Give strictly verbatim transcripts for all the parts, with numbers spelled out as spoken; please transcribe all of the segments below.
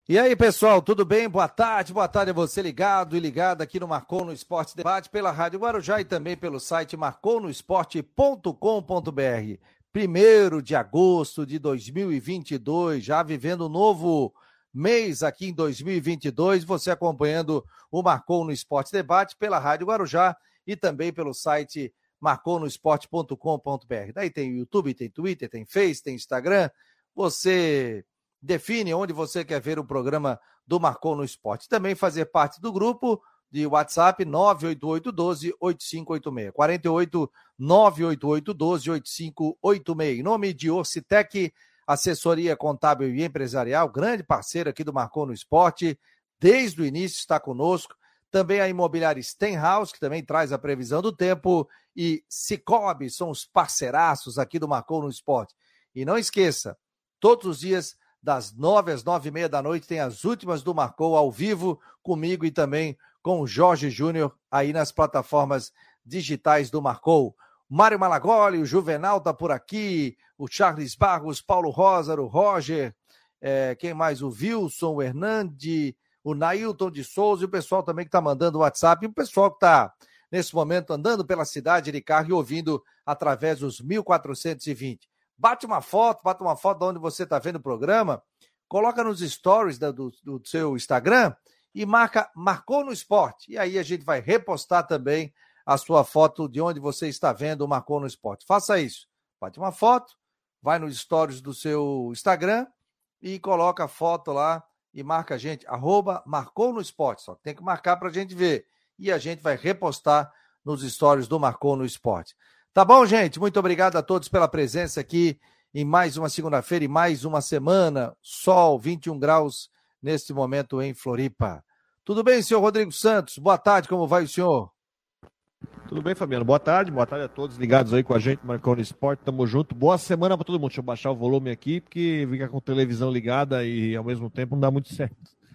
E aí, pessoal, tudo bem? Boa tarde, boa tarde a você ligado e ligada aqui no Marcou no Esporte Debate pela Rádio Guarujá e também pelo site marcou no esporte ponto com ponto br. Primeiro de agosto de dois mil e vinte e dois, já vivendo um novo mês aqui em dois mil e vinte e dois, você acompanhando o Marcou no Esporte Debate pela Rádio Guarujá e também pelo site marcou no esporte ponto com ponto br. Daí tem YouTube, tem Twitter, tem Face, tem Instagram, você define onde você quer ver o programa do Marcou no Esporte. Também fazer parte do grupo de WhatsApp nove oito oito um dois oito cinco oito seis. quarenta e oito, nove oito oito um dois oito cinco oito seis. Em nome de Orcitec, assessoria contábil e empresarial, grande parceiro aqui do Marcou no Esporte, desde o início está conosco. Também a imobiliária Stenhouse, que também traz a previsão do tempo, e Cicobi, são os parceiraços aqui do Marcou no Esporte. E não esqueça, todos os dias das nove às nove e meia da noite, tem as últimas do Marcou ao vivo, comigo e também com o Jorge Júnior, aí nas plataformas digitais do Marcou. Mário Malagoli, o Juvenal tá por aqui, o Charles Barros, Paulo Rosa, o Roger, é, quem mais? O Wilson, o Hernande, o Nailton de Souza e o pessoal também que tá mandando o WhatsApp, e o pessoal que tá, nesse momento, andando pela cidade de carro e ouvindo através dos mil quatrocentos e vinte. Bate uma foto, bate uma foto de onde você está vendo o programa, coloca nos stories do, do, do seu Instagram e marca Marcou no Esporte. E aí a gente vai repostar também a sua foto de onde você está vendo o Marcou no Esporte. Faça isso. Bate uma foto, vai nos stories do seu Instagram e coloca a foto lá e marca a gente, arroba Marcou no Esporte. Só que tem que marcar para a gente ver. E a gente vai repostar nos stories do Marcou no Esporte. Tá bom, gente? Muito obrigado a todos pela presença aqui em mais uma segunda-feira e mais uma semana. Sol, vinte e um graus neste momento em Floripa. Tudo bem, senhor Rodrigo Santos? Boa tarde, como vai o senhor? Tudo bem, Fabiano? Boa tarde, boa tarde a todos ligados aí com a gente, Marcou no Esporte, tamo junto. Boa semana para todo mundo. Deixa eu baixar o volume aqui, porque ficar com televisão ligada e ao mesmo tempo não dá muito certo.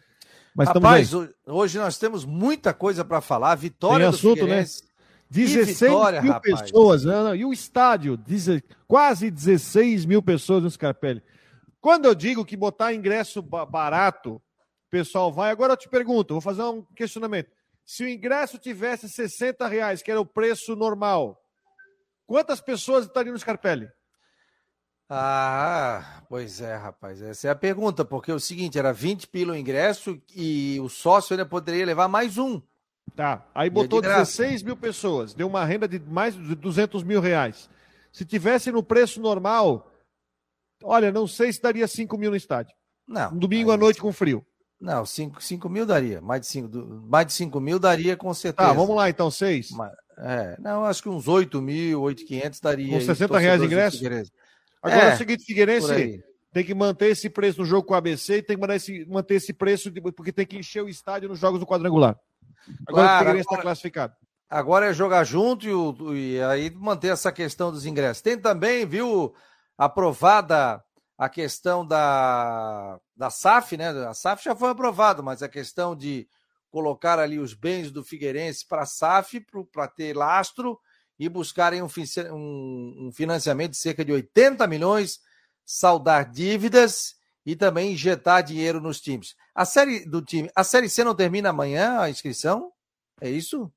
Mas Rapaz, hoje nós temos muita coisa para falar. Vitória Tem do assunto, Figueirense. Né? dezesseis vitória, mil rapaz. pessoas, né? E o estádio, quase dezesseis mil pessoas no Scarpelli. Quando eu digo que botar ingresso barato, o pessoal vai. Agora eu te pergunto, vou fazer um questionamento. Se o ingresso tivesse sessenta reais, que era o preço normal, quantas pessoas estariam no Scarpelli? Ah, pois é, rapaz. Essa é a pergunta, porque é o seguinte, era vinte pila o ingresso e o sócio ainda poderia levar mais um. Tá, aí botou dezesseis mil pessoas, deu uma renda de mais de duzentos mil reais. Se tivesse no preço normal, olha, não sei se daria cinco mil no estádio. Não. Um domingo à noite com frio. Não, cinco mil daria. Mais de cinco, mais de cinco mil daria com certeza. Tá, vamos lá então, seis. Mas, é, não, acho que uns oito mil, oito mil e quinhentos daria. Com sessenta reais de ingresso? Agora é, é o seguinte, Figueirense tem que manter esse preço no jogo com o A B C e tem que manter esse, manter esse preço, de, porque tem que encher o estádio nos jogos do quadrangular. Agora claro, o Figueirense está classificado. Agora é jogar junto e, o, e aí manter essa questão dos ingressos. Tem também, viu, aprovada a questão da, da S A F, né? A S A F já foi aprovada, mas a questão de colocar ali os bens do Figueirense para a S A F, para ter lastro e buscarem um, um, um financiamento de cerca de oitenta milhões, saldar dívidas e também injetar dinheiro nos times. A série do time, a Série C não termina amanhã a inscrição? É isso?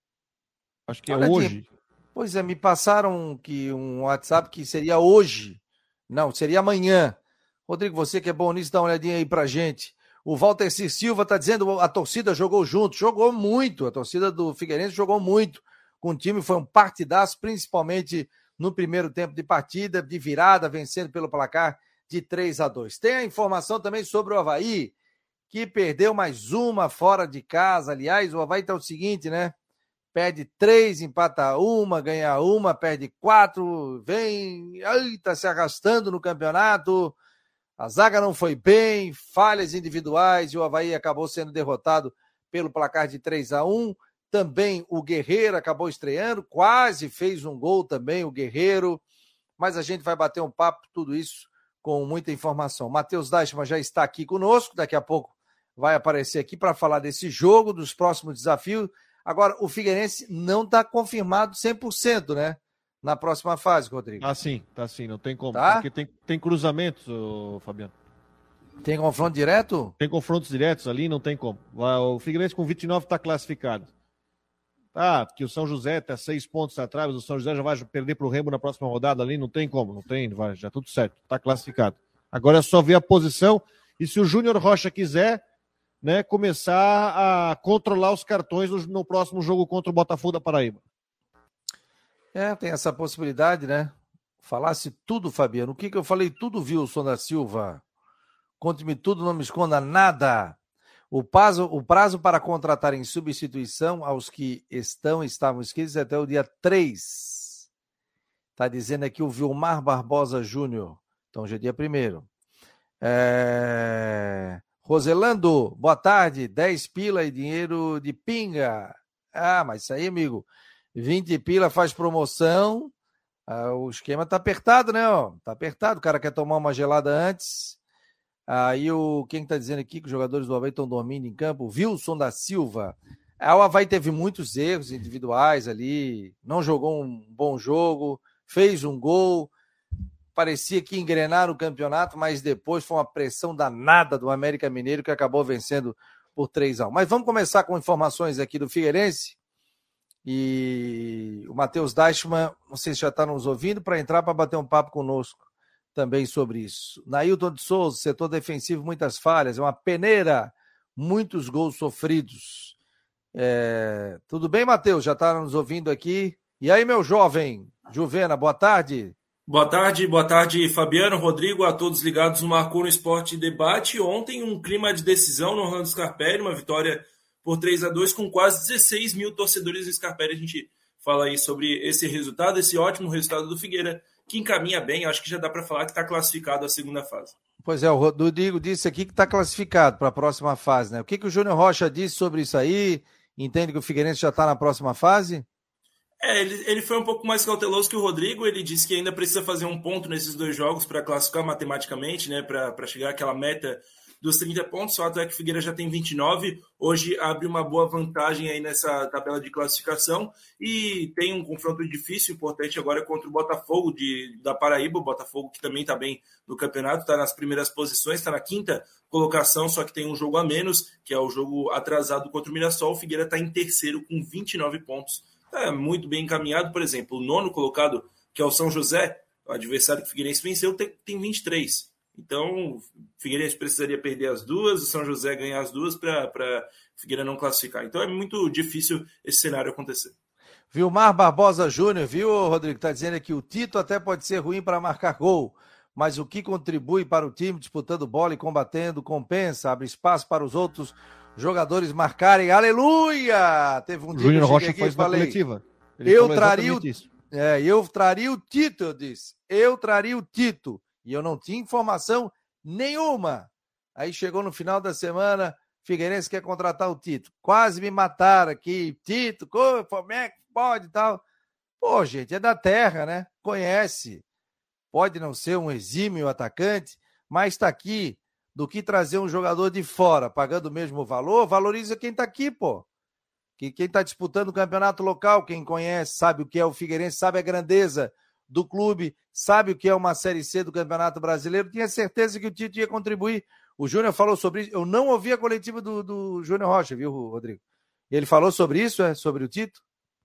Acho que é Olha, hoje. Pois é, me passaram que um WhatsApp que seria hoje. Não, seria amanhã. Rodrigo, você que é bom nisso, dá uma olhadinha aí pra gente. O Walter C. Silva está dizendo a torcida jogou junto, jogou muito. A torcida do Figueirense jogou muito com o time, foi um partidaço, principalmente no primeiro tempo de partida, de virada, vencendo pelo placar de três a dois. Tem a informação também sobre o Avaí, que perdeu mais uma fora de casa. Aliás, o Avaí tá o seguinte, né? Perde três, empata uma, ganha uma, perde quatro, vem, ai, tá se arrastando no campeonato. A zaga não foi bem, falhas individuais e o Avaí acabou sendo derrotado pelo placar de três a um. Também o Guerreiro acabou estreando, quase fez um gol também o Guerreiro. Mas a gente vai bater um papo, tudo isso com muita informação. Matheus Deichmann já está aqui conosco, daqui a pouco vai aparecer aqui para falar desse jogo, dos próximos desafios. Agora, o Figueirense não está confirmado cem por cento, né? Na próxima fase, Rodrigo. Ah, sim, tá sim, não tem como. Tá? Porque tem, tem cruzamentos, ô, Fabiano. Tem confronto direto? Tem confrontos diretos ali, não tem como. O Figueirense com vinte e nove está classificado. Ah, que o São José está seis pontos atrás, o São José já vai perder para o Remo na próxima rodada ali, não tem como, não tem, vai, já tudo certo, está classificado. Agora é só ver a posição e se o Júnior Rocha quiser, né, começar a controlar os cartões no, no próximo jogo contra o Botafogo da Paraíba. É, tem essa possibilidade, né? Falasse tudo, Fabiano. O que que eu falei? Tudo, Wilson da Silva. Conte-me tudo, não me esconda nada. O prazo, o prazo para contratar em substituição aos que estão estavam inscritos é até o dia três. Está dizendo aqui o Vilmar Barbosa Júnior. Então, hoje é dia primeiro. É... Roselando, boa tarde. dez pila e dinheiro de pinga. Ah, mas isso aí, amigo. vinte pila faz promoção. Ah, o esquema tá apertado, né? Ó? Tá apertado. O cara quer tomar uma gelada antes. Aí o quem está dizendo aqui que os jogadores do Avaí estão dormindo em campo? Wilson da Silva. Ah, o Avaí teve muitos erros individuais ali, não jogou um bom jogo, fez um gol, parecia que engrenar o campeonato, mas depois foi uma pressão danada do América Mineiro que acabou vencendo por três a um. Mas vamos começar com informações aqui do Figueirense. E o Matheus Deichmann, não sei se já está nos ouvindo, para entrar para bater um papo conosco também sobre isso. Nailton de Souza, setor defensivo, muitas falhas, é uma peneira, muitos gols sofridos. É... Tudo bem, Matheus? Já está nos ouvindo aqui. E aí, meu jovem, Juvena, boa tarde. Boa tarde, boa tarde, Fabiano, Rodrigo, a todos ligados no Marcou no Esporte Debate. Ontem, um clima de decisão no Orlando Scarpelli, uma vitória por três a dois com quase dezesseis mil torcedores do Scarpelli. A gente fala aí sobre esse resultado, esse ótimo resultado do Figueira, que encaminha bem, acho que já dá para falar que está classificado à segunda fase. Pois é, o Rodrigo disse aqui que está classificado para a próxima fase, né? O que, que o Júnior Rocha disse sobre isso aí? Entende que o Figueirense já está na próxima fase? É, ele, ele foi um pouco mais cauteloso que o Rodrigo, ele disse que ainda precisa fazer um ponto nesses dois jogos para classificar matematicamente, né? Para chegar àquela meta dos trinta pontos. O fato é que o Figueira já tem vinte e nove, hoje abre uma boa vantagem aí nessa tabela de classificação e tem um confronto difícil, importante agora contra o Botafogo de, da Paraíba, o Botafogo que também está bem no campeonato, está nas primeiras posições, está na quinta colocação, só que tem um jogo a menos, que é o jogo atrasado contra o Mirassol. O Figueira está em terceiro com vinte e nove pontos, está muito bem encaminhado. Por exemplo, o nono colocado, que é o São José, o adversário que o Figueirense venceu, tem, tem vinte e três. Então, o Figueirense precisaria perder as duas, o São José ganhar as duas para o Figueira não classificar. Então, é muito difícil esse cenário acontecer. Vilmar Barbosa Júnior, viu, Rodrigo? Está dizendo que o Tito até pode ser ruim para marcar gol, mas o que contribui para o time disputando bola e combatendo compensa, abre espaço para os outros jogadores marcarem. Aleluia! Teve um dia Júnior que eu Rocha cheguei foi aqui e falei, coletiva. Ele eu falou traria o, isso. é, eu traria o Tito, eu disse. Eu traria o Tito. E eu não tinha informação nenhuma. Aí chegou no final da semana, Figueirense quer contratar o Tito. Quase me mataram aqui. Tito, como é que pode e tal? Pô, gente, é da terra, né? Conhece. Pode não ser um exímio atacante, mas está aqui. Do que trazer um jogador de fora, pagando o mesmo valor, valoriza quem está aqui, pô. Que quem está disputando o campeonato local, quem conhece, sabe o que é o Figueirense, sabe a grandeza do clube, sabe o que é uma Série C do Campeonato Brasileiro, tinha certeza que o Tito ia contribuir. O Júnior falou sobre isso, eu não ouvi a coletiva do, do Júnior Rocha, viu, Rodrigo? Ele falou sobre isso, é? Sobre o Tito?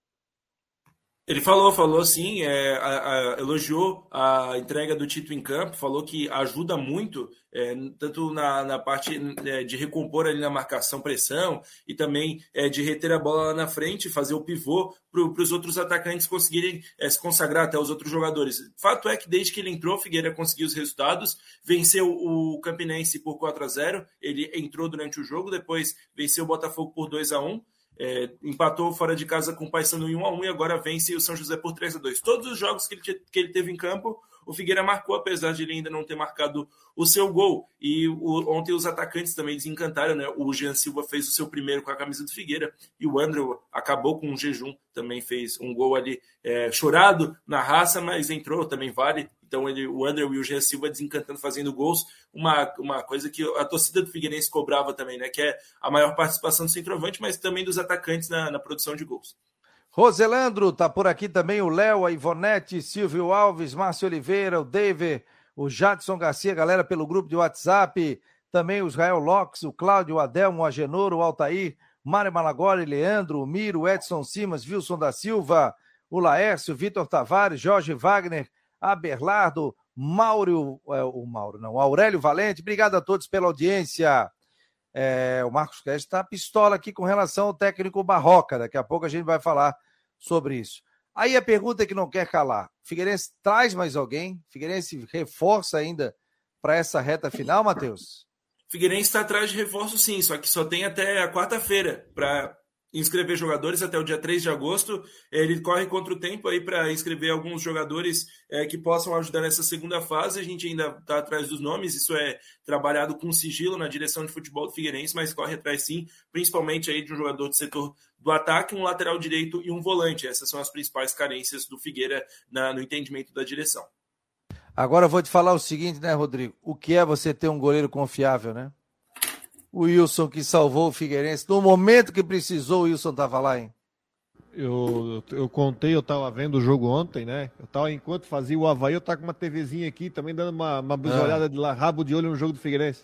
Ele falou, falou sim, é, a, a, elogiou a entrega do Tito em campo, falou que ajuda muito, é, tanto na, na parte é, de recompor ali na marcação, pressão, e também é, de reter a bola lá na frente, fazer o pivô para os outros atacantes conseguirem é, se consagrar até os outros jogadores. Fato é que desde que ele entrou, Figueira conseguiu os resultados, venceu o Campinense por quatro a zero, ele entrou durante o jogo, depois venceu o Botafogo por dois a um, É, empatou fora de casa com o Paysandu em um a um e agora vence o São José por três a dois. Todos os jogos que ele, que ele teve em campo, o Figueira marcou, apesar de ele ainda não ter marcado o seu gol. E o, ontem os atacantes também desencantaram, né? O Jean Silva fez o seu primeiro com a camisa do Figueira e o André acabou com um jejum, também fez um gol ali é, chorado na raça, mas entrou, também vale. Então ele, o André e o Jean Silva desencantando, fazendo gols. Uma, uma coisa que a torcida do Figueirense cobrava também, né? Que é a maior participação do centroavante, mas também dos atacantes na, na produção de gols. Roselandro, tá por aqui também o Léo, a Ivonete, Silvio Alves, Márcio Oliveira, o David, o Jadson Garcia, galera pelo grupo de WhatsApp. também o Israel Lopes, o Cláudio, o Adelmo, o Agenor, o Altair, Mário Malagoli, Leandro, o Miro, o Edson Simas, Wilson da Silva, o Laércio, Vitor Tavares, Jorge Wagner, Aberlardo, Mauro, é, o Mauro não, o Aurélio Valente, obrigado a todos pela audiência. É, o Marcos Cresce está pistola aqui com relação ao técnico Barroca, daqui a pouco a gente vai falar sobre isso. Aí a pergunta que não quer calar, Figueirense traz mais alguém? Figueirense reforça ainda para essa reta final, Matheus? Figueirense está atrás de reforço sim, só que só tem até a quarta-feira para inscrever jogadores até o dia três de agosto. Ele corre contra o tempo aí para inscrever alguns jogadores é, que possam ajudar nessa segunda fase. A gente ainda está atrás dos nomes, isso é trabalhado com sigilo na direção de futebol do Figueirense, mas corre atrás sim, principalmente aí de um jogador do setor do ataque, um lateral direito e um volante. Essas são as principais carências do Figueira na, no entendimento da direção. Agora eu vou te falar o seguinte, né, Rodrigo? O que é você ter um goleiro confiável, né? O Wilson que salvou o Figueirense. No momento que precisou, o Wilson estava lá, hein? Eu, eu contei, eu estava vendo o jogo ontem, né? Eu tava, enquanto fazia o Avaí, eu tava com uma TVzinha aqui, também dando uma, uma bisolhada ah. de lá, rabo de olho no jogo do Figueirense.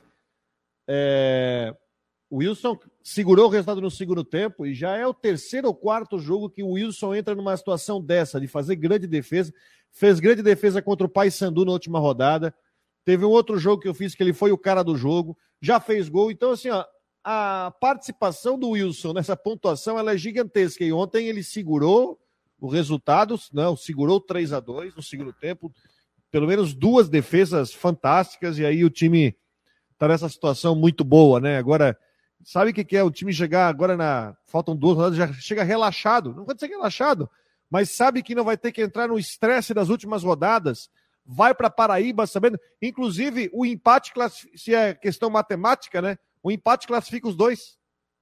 É, o Wilson segurou o resultado no segundo tempo e já é o terceiro ou quarto jogo que o Wilson entra numa situação dessa, de fazer grande defesa. Fez grande defesa contra o Paysandu na última rodada. Teve um outro jogo que eu fiz que ele foi o cara do jogo. Já fez gol. Então, assim, ó, a participação do Wilson nessa pontuação ela é gigantesca. E ontem ele segurou o resultado, não, segurou três a dois no segundo tempo. Pelo menos duas defesas fantásticas. E aí o time tá nessa situação muito boa, né? Agora, sabe o que, que é? O time chegar agora na... Faltam duas rodadas, já chega relaxado. Não pode ser relaxado, mas sabe que não vai ter que entrar no estresse das últimas rodadas. Vai para Paraíba sabendo, inclusive o empate, se é questão matemática, né? O empate classifica os dois.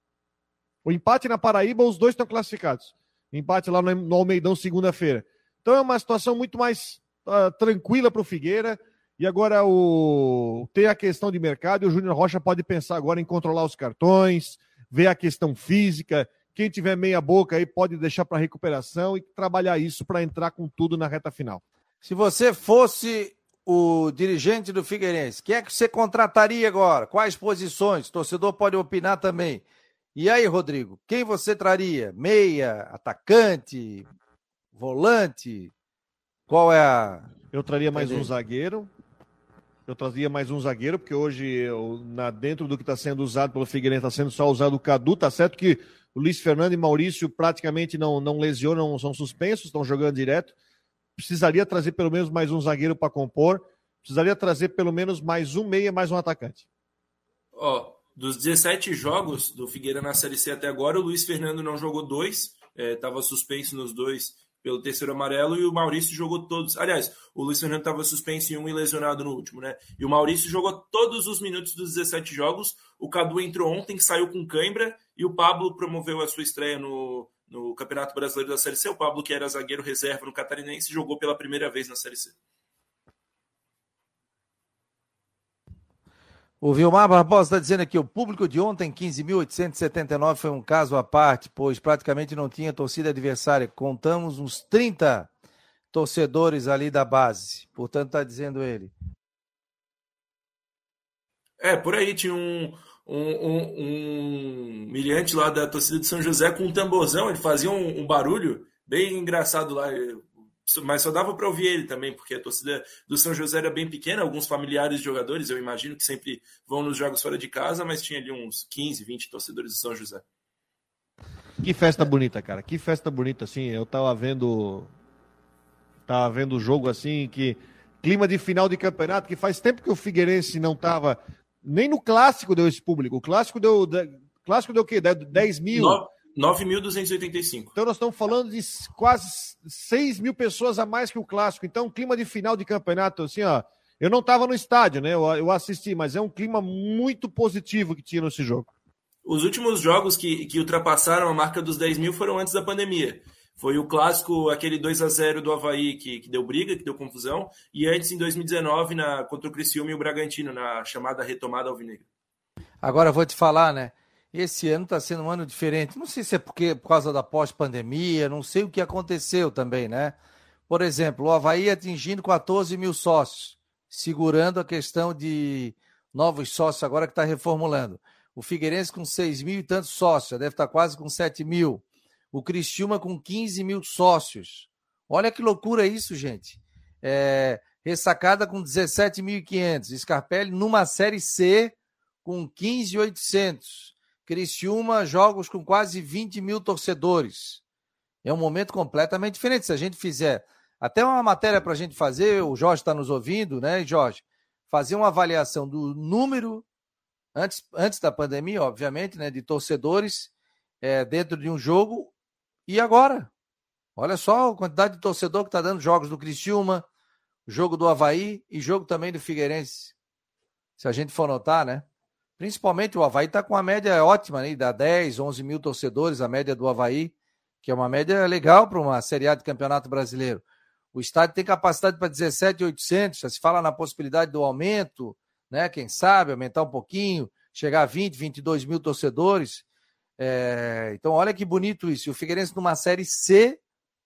O empate na Paraíba, os dois estão classificados. Empate lá no Almeidão segunda-feira. Então é uma situação muito mais uh, tranquila para o Figueira. E agora o... tem a questão de mercado e o Júnior Rocha pode pensar agora em controlar os cartões, ver a questão física. Quem tiver meia boca aí pode deixar para recuperação e trabalhar isso para entrar com tudo na reta final. Se você fosse o dirigente do Figueirense, quem é que você contrataria agora? Quais posições? O torcedor pode opinar também. E aí, Rodrigo, quem você traria? Meia, atacante, volante? Qual é a... Eu traria mais um zagueiro. Eu trazia mais um zagueiro, porque hoje, eu, na, dentro do que está sendo usado pelo Figueirense, está sendo só usado o Cadu. Tá certo que o Luiz Fernando e Maurício praticamente não, não lesionam, são suspensos, estão jogando direto. Precisaria trazer pelo menos mais um zagueiro para compor. Precisaria trazer pelo menos mais um meia, mais um atacante. Ó, oh, dos dezessete jogos do Figueira na Série C até agora, o Luiz Fernando não jogou dois. Estava é, suspenso nos dois pelo terceiro amarelo e o Maurício jogou todos. Aliás, o Luiz Fernando estava suspenso em um e lesionado no último, né? E o Maurício jogou todos os minutos dos dezessete jogos. O Cadu entrou ontem, saiu com cãibra e o Pablo promoveu a sua estreia no... no Campeonato Brasileiro da Série C. O Pablo, que era zagueiro reserva no Catarinense, jogou pela primeira vez na Série C. O Vilmar Barbosa está dizendo aqui, o público de ontem, quinze mil oitocentos e setenta e nove, foi um caso à parte, pois praticamente não tinha torcida adversária. Contamos uns trinta torcedores ali da base. Portanto, está dizendo ele. É, por aí tinha um... Um, um, um milhante lá da torcida de São José com um tamborzão, ele fazia um, um barulho bem engraçado lá, mas só dava para ouvir ele também, porque a torcida do São José era bem pequena, alguns familiares de jogadores, eu imagino que sempre vão nos jogos fora de casa, mas tinha ali uns quinze, vinte torcedores de São José. Que festa bonita, cara, que festa bonita, assim, eu tava vendo tava vendo o jogo assim, que clima de final de campeonato, que faz tempo que o Figueirense não tava... Nem no clássico deu esse público. O clássico deu, clássico deu o quê? dez mil? nove mil duzentos e oitenta e cinco. Então nós estamos falando de quase seis mil pessoas a mais que o clássico. Então, clima de final de campeonato, assim, ó. Eu não estava no estádio, né? Eu, eu assisti, mas é um clima muito positivo que tinha nesse jogo. Os últimos jogos que, que ultrapassaram a marca dos dez mil foram antes da pandemia. Foi o clássico, aquele dois a zero do Avaí, que, que deu briga, que deu confusão, e antes, em dois mil e dezenove, na, contra o Criciúma e o Bragantino, na chamada retomada alvinegra. Agora eu vou te falar, né? Esse ano está sendo um ano diferente. Não sei se é porque, por causa da pós-pandemia, não sei o que aconteceu também, né? Por exemplo, o Avaí atingindo quatorze mil sócios, segurando a questão de novos sócios agora que está reformulando. O Figueirense com seis mil e tantos sócios, deve estar quase com sete mil. O Criciúma com quinze mil sócios. Olha que loucura isso, gente. É, Ressacada com dezessete mil e quinhentos. Scarpelli numa Série C com quinze mil e oitocentos. Criciúma, jogos com quase vinte mil torcedores. É um momento completamente diferente. Se a gente fizer até uma matéria para a gente fazer, o Jorge está nos ouvindo, né, Jorge? Fazer uma avaliação do número, antes, antes da pandemia, obviamente, né, de torcedores é, dentro de um jogo. E agora? Olha só a quantidade de torcedor que está dando jogos do Criciúma, jogo do Avaí e jogo também do Figueirense. Se a gente for notar, né? Principalmente o Avaí está com uma média ótima, né? Dá dez, onze mil torcedores, a média do Avaí, que é uma média legal para uma Série A de Campeonato Brasileiro. O estádio tem capacidade para dezessete mil e oitocentos, já se fala na possibilidade do aumento, né? Quem sabe, aumentar um pouquinho, chegar a vinte, vinte e dois mil torcedores. É, então, olha que bonito isso. E o Figueirense numa Série C.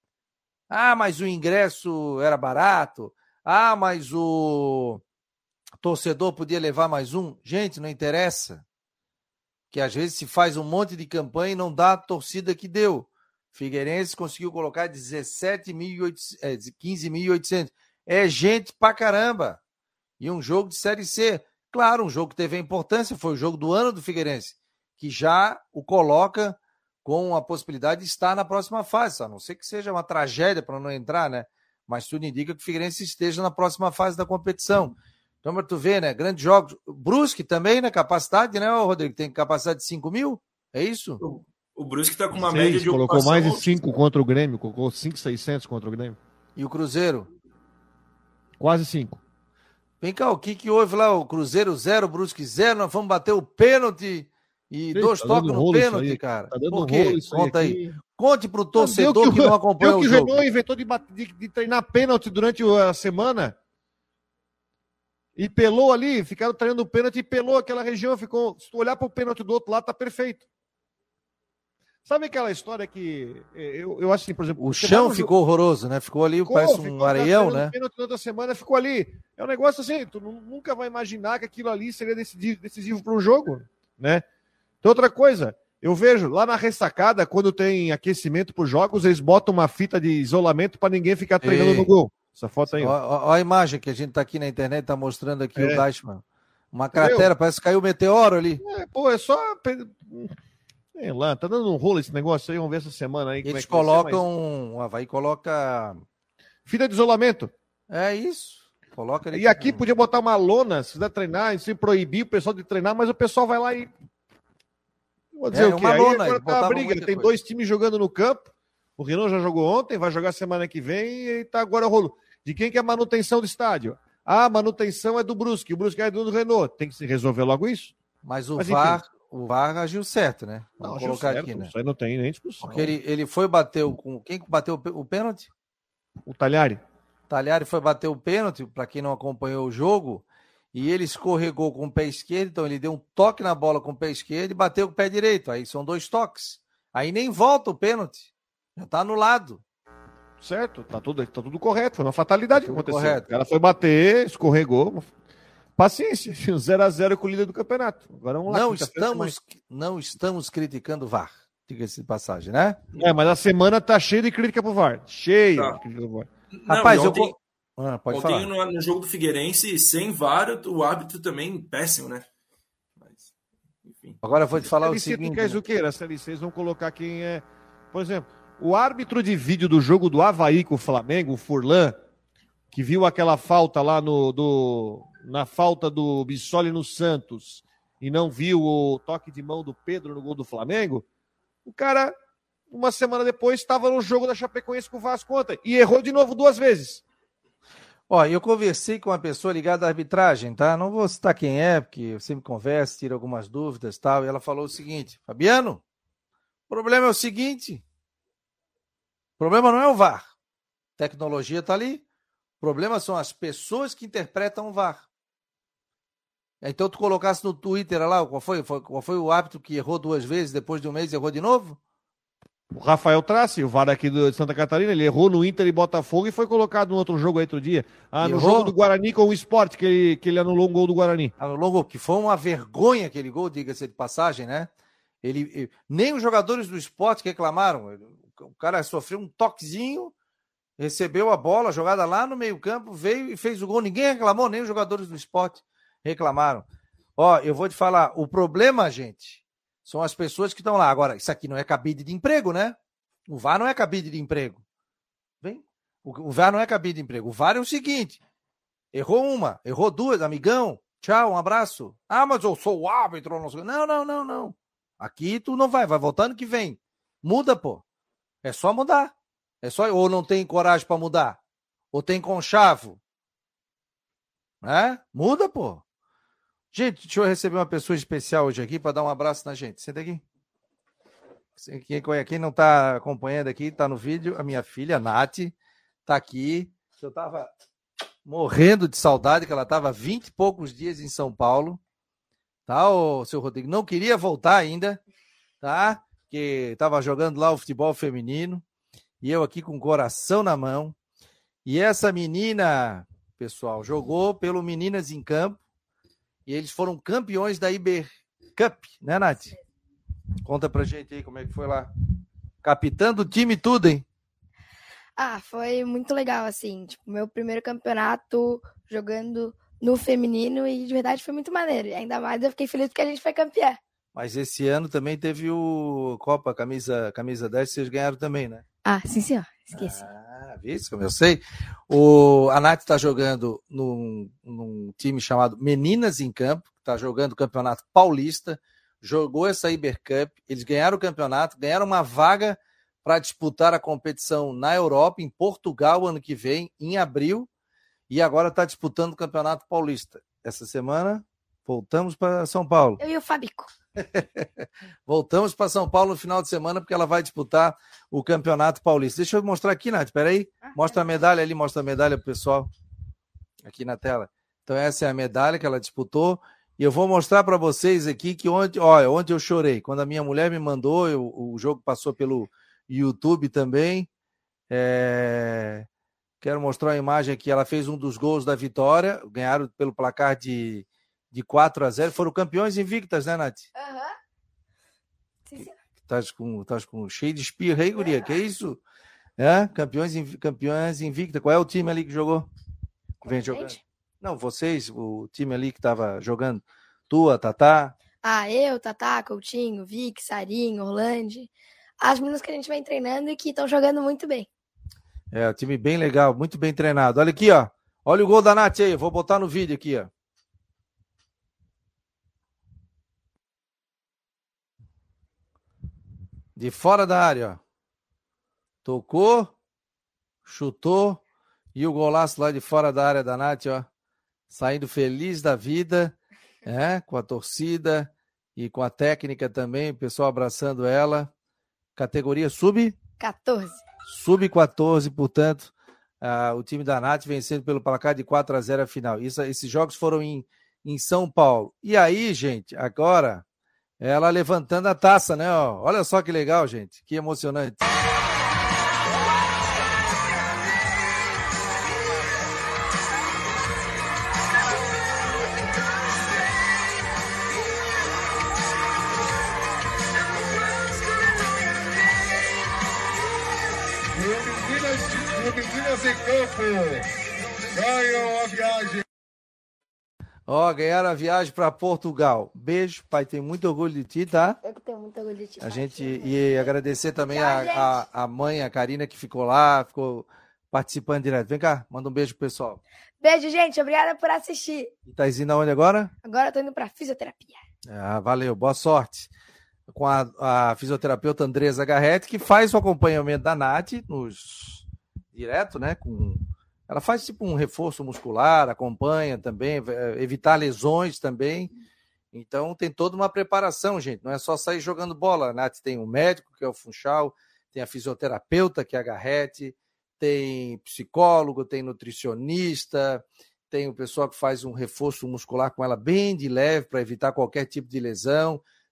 Ah, mas o ingresso era barato. Ah, mas o torcedor podia levar mais um. Gente, não interessa. Que às vezes se faz um monte de campanha e não dá a torcida que deu. Figueirense conseguiu colocar dezessete mil e oitocentos, é, quinze mil e oitocentos. É gente pra caramba. E um jogo de Série C. Claro, um jogo que teve a importância, foi o jogo do ano do Figueirense, que já o coloca com a possibilidade de estar na próxima fase, a não ser que seja uma tragédia para não entrar, né? Mas tudo indica que o Figueirense esteja na próxima fase da competição. Então, para tu ver, né? Grandes jogos. Brusque também, né? Capacidade, né, Rodrigo? Tem capacidade de cinco mil? É isso? O, o Brusque está com uma Seis, média de colocou ocupação... mais de cinco contra o Grêmio, colocou cinco mil e seiscentos contra o Grêmio. E o Cruzeiro? Quase cinco. Vem cá, o que que houve lá? O Cruzeiro zero, Brusque zero, nós vamos bater o pênalti e Gente, dois tá toques no pênalti, aí, cara. Tá dando Por um quê? rolo isso Conta aí. aí. Conte pro torcedor que, que, não acompanha o o que jogo. o Renan inventou de, de, de treinar pênalti durante a semana. E pelou ali, ficaram treinando pênalti e pelou aquela região. Ficou, se tu olhar pro pênalti do outro lado, tá perfeito. Sabe aquela história que eu, eu acho assim, por exemplo... O chão ficou jogo... horroroso, né? Ficou ali, ficou, parece um ficou, areião, né? Pênalti na outra semana ficou ali. É um negócio assim, tu nunca vai imaginar que aquilo ali seria decisivo, decisivo para um jogo, né? Então, outra coisa, eu vejo lá na ressacada, quando tem aquecimento para os jogos, eles botam uma fita de isolamento para ninguém ficar treinando Ei. no gol. Essa foto aí. Olha a imagem que a gente tá aqui na internet, tá mostrando aqui é. o Dashman. Uma cratera, Entendeu? Parece que caiu um meteoro ali. É, pô, é só... Sei lá, tá dando um rolo esse negócio aí, vamos ver essa semana aí. Eles como é que colocam, o Avaí coloca... Fita de isolamento. É isso. Coloca ali. E aqui podia botar uma lona, se quiser treinar, se proibir o pessoal de treinar, mas o pessoal vai lá e... Vou dizer é, o quê? Uma aí lona, agora tá a briga, tem coisa. dois times jogando no campo, o Renan já jogou ontem, vai jogar semana que vem e tá agora o rolo. De quem que é a manutenção do estádio? Ah, a manutenção é do Brusque, o Brusque é do Renault. Tem que se resolver logo isso? Mas o mas, V A R... Enfim. O V A R agiu certo, né? Vamos não, colocar certo, aqui, né? Isso aí não tem nem discussão. Porque ele, ele foi bater o... Quem bateu o pênalti? O Talhari. O Talhari foi bater o pênalti, para quem não acompanhou o jogo, e ele escorregou com o pé esquerdo, então ele deu um toque na bola com o pé esquerdo e bateu com o pé direito. Aí são dois toques. Aí nem volta o pênalti. Já tá anulado. Certo, tá tudo, tá tudo correto. Foi uma fatalidade tá que aconteceu. Correto. O cara foi bater, escorregou... Paciência, zero a zero com o líder do campeonato. Agora vamos lá. Não estamos, não estamos criticando o V A R, diga-se de passagem, né? É, mas a semana tá cheia de crítica pro V A R. Cheia tá. de crítica pro V A R. Não, Rapaz, ontem, eu ah, pode ontem falar. No, no jogo do Figueirense, sem V A R, o árbitro também péssimo, né? Mas, enfim. Agora eu vou te falar o C L C, seguinte. Tu queres o quê? A C L C, eles vão colocar quem é... Por exemplo, o árbitro de vídeo do jogo do Avaí com o Flamengo, o Furlan, que viu aquela falta lá no... Do... na falta do Bissoli no Santos e não viu o toque de mão do Pedro no gol do Flamengo, o cara, uma semana depois, estava no jogo da Chapecoense com o Vasco ontem e errou de novo duas vezes. Ó, eu conversei com uma pessoa ligada à arbitragem, tá? Não vou citar quem é, porque eu sempre converso, tiro algumas dúvidas e tal, e ela falou o seguinte: Fabiano, o problema é o seguinte, o problema não é o V A R, a tecnologia tá ali, o problema são as pessoas que interpretam o V A R. Então tu colocasse no Twitter lá, qual foi, qual foi o árbitro que errou duas vezes, depois de um mês errou de novo? O Rafael Trace, o V A R aqui do, de Santa Catarina, ele errou no Inter e Botafogo e foi colocado no outro jogo aí outro dia. Ah, no Errou? jogo do Guarani com o Sport, que ele, que ele anulou um gol do Guarani. Anulou um gol, que foi uma vergonha aquele gol, diga-se de passagem, né? Ele, ele- nem os jogadores do Sport que reclamaram. O cara sofreu um toquezinho, recebeu a bola, jogada lá no meio-campo, veio e fez o gol. Ninguém reclamou, nem os jogadores do Sport reclamaram. Ó, eu vou te falar, o problema, gente, são as pessoas que estão lá. Agora, isso aqui não é cabide de emprego, né? O V A R não é cabide de emprego. Vem? O o V A R não é cabide de emprego. O V A R é o seguinte: errou uma, errou duas, amigão. Tchau, um abraço. Ah, mas eu sou o árbitro. Não, sei- não, não, não, não. Aqui tu não vai, vai voltando que vem. Muda, pô. É só mudar. É só, ou não tem coragem para mudar, ou tem conchavo. Né? Muda, pô. Gente, deixa eu receber uma pessoa especial hoje aqui para dar um abraço na gente. Senta aqui. Quem, quem não está acompanhando aqui, está no vídeo, a minha filha, a Nath, está aqui. Eu estava morrendo de saudade, que ela estava vinte e poucos dias em São Paulo. Tá, ô, seu Rodrigo? Não queria voltar ainda, tá? Porque estava jogando lá o futebol feminino. E eu aqui com o coração na mão. E essa menina, pessoal, jogou pelo Meninas em Campo. E eles foram campeões da Iber Cup, né, Nath? Conta pra gente aí como é que foi lá. Capitã do time tudo, hein? Ah, foi muito legal, assim. Tipo, meu primeiro campeonato jogando no feminino e de verdade foi muito maneiro. E ainda mais eu fiquei feliz porque a gente foi campeã. Mas esse ano também teve o Copa Camisa, camisa dez, vocês ganharam também, né? Ah, sim, senhor. Esqueci. Ah, viu? Como eu sei. O, a Nath está jogando num, num time chamado Meninas em Campo, está jogando o Campeonato Paulista, jogou essa Iber Cup, eles ganharam o campeonato, ganharam uma vaga para disputar a competição na Europa, em Portugal, ano que vem, em abril, e agora está disputando o Campeonato Paulista. Essa semana, voltamos para São Paulo. Eu e o Fabico. Voltamos para São Paulo no final de semana, porque ela vai disputar o Campeonato Paulista. Deixa eu mostrar aqui, Nath, peraí. Mostra a medalha ali, mostra a medalha pro pessoal. Aqui na tela. Então essa é a medalha que ela disputou. E eu vou mostrar para vocês aqui que onde, olha, onde eu chorei. Quando a minha mulher me mandou, eu, o jogo passou pelo YouTube também. É... Quero mostrar uma imagem aqui. Ela fez um dos gols da vitória. Ganharam pelo placar de, de quatro a zero. Foram campeões invictas, né, Nath? Aham. Uhum. Sim, sim. Estás com, estás com cheio de espirra aí, guria? Que isso? É? Campeões, campeões invictas. Qual é o time ali que jogou? Vem jogando. Não, vocês, o time ali que estava jogando. Tua, Tatá. Ah, eu, Tatá, Coutinho, Vic, Sarinho, Orlando. As meninas que a gente vem treinando e que estão jogando muito bem. É, o time bem legal, muito bem treinado. Olha aqui, ó. Olha o gol da Nath aí. Eu vou botar no vídeo aqui, ó. De fora da área, ó. Tocou, chutou e o golaço lá de fora da área da Nath, ó. Saindo feliz da vida, é, com a torcida e com a técnica também, o pessoal abraçando ela. Categoria sub? quatorze. sub quatorze, portanto, ah, o time da Nath vencendo pelo placar de quatro a zero a final. Isso, esses jogos foram em, em São Paulo. E aí, gente, agora... Ela levantando a taça, né? Ó. Olha só que legal, gente. Que emocionante. E meninas em campo ganham a viagem. Ó, ganharam a viagem para Portugal. Beijo, pai, tem muito orgulho de ti, tá? Eu que tenho muito orgulho de ti. A gente e agradecer também a, a, a mãe, a Karina, que ficou lá, ficou participando direto. Vem cá, manda um beijo pro pessoal. Beijo, gente. Obrigada por assistir. E tá indo aonde agora? Agora eu tô indo pra fisioterapia. Ah, valeu, boa sorte. Com a, a fisioterapeuta Andresa Garretti, que faz o acompanhamento da Nath nos direto, né? Com Ela faz tipo um reforço muscular, acompanha também, evitar lesões também. Então tem toda uma preparação, gente. Não é só sair jogando bola. A Nath tem um médico, que é o Funchal, tem a fisioterapeuta, que é a Garrete, tem psicólogo, tem nutricionista, tem o pessoal que faz um reforço muscular com ela bem de leve para evitar qualquer tipo de lesão.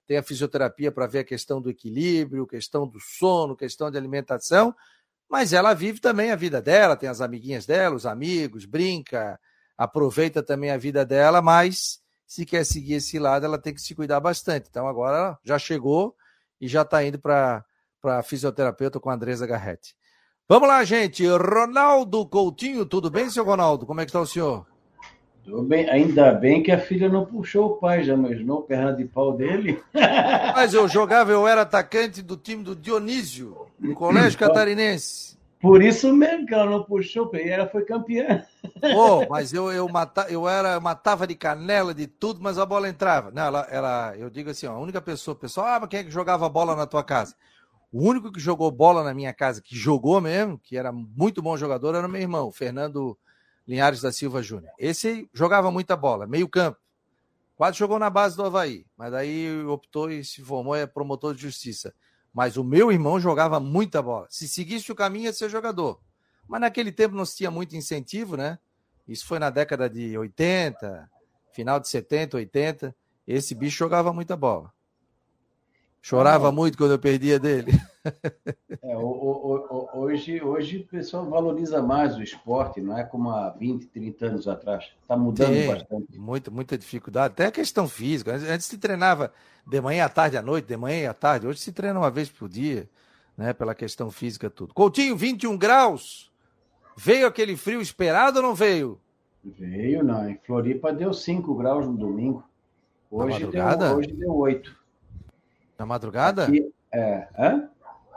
tem a fisioterapia para ver a questão do equilíbrio, questão do sono, questão de alimentação, mas ela vive também a vida dela, tem as amiguinhas dela, os amigos, brinca, aproveita também a vida dela, mas se quer seguir esse lado, ela tem que se cuidar bastante. Então agora ela já chegou e já está indo para a fisioterapeuta com a Andresa Garretti. Vamos lá, gente. Ronaldo Coutinho, tudo bem, seu Ronaldo? Como é que está o senhor? Tudo bem. Ainda bem que a filha não puxou o pai, já imaginou a perna de pau dele? Mas eu jogava, eu era atacante do time do Dionísio, no Colégio Catarinense. Por isso mesmo que ela não puxou, e ela foi campeã. Pô, mas eu, eu, mata, eu, era, eu matava de canela, de tudo, mas a bola entrava. Não, ela, ela, eu digo assim, ó, a única pessoa, pessoal, ah, mas quem é que jogava bola na tua casa? O único que jogou bola na minha casa, que jogou mesmo, que era muito bom jogador, era o meu irmão, Fernando Linhares da Silva Júnior. Esse jogava muita bola, meio campo. Quase jogou na base do Avaí, mas daí optou e se formou, é promotor de justiça. Mas o meu irmão jogava muita bola. Se seguisse o caminho, ia ser jogador. Mas naquele tempo não se tinha muito incentivo, né? Isso foi na década de oitenta, final de setenta, oitenta. Esse bicho jogava muita bola. Chorava ah, muito quando eu perdia dele. É, o, o, o, hoje, hoje o pessoal valoriza mais o esporte, não é como há vinte, trinta anos atrás. Está mudando Sim, bastante. Muita, muita dificuldade. Até a questão física. Antes se treinava de manhã à tarde à noite, de manhã à tarde. Hoje se treina uma vez por dia, né? Pela questão física, tudo. Coutinho, vinte e um graus. Veio aquele frio esperado ou não veio? Veio, não. Em Floripa deu cinco graus no domingo. Hoje, Na madrugada? Deu, hoje deu oito. Na madrugada? Aqui, é, hã?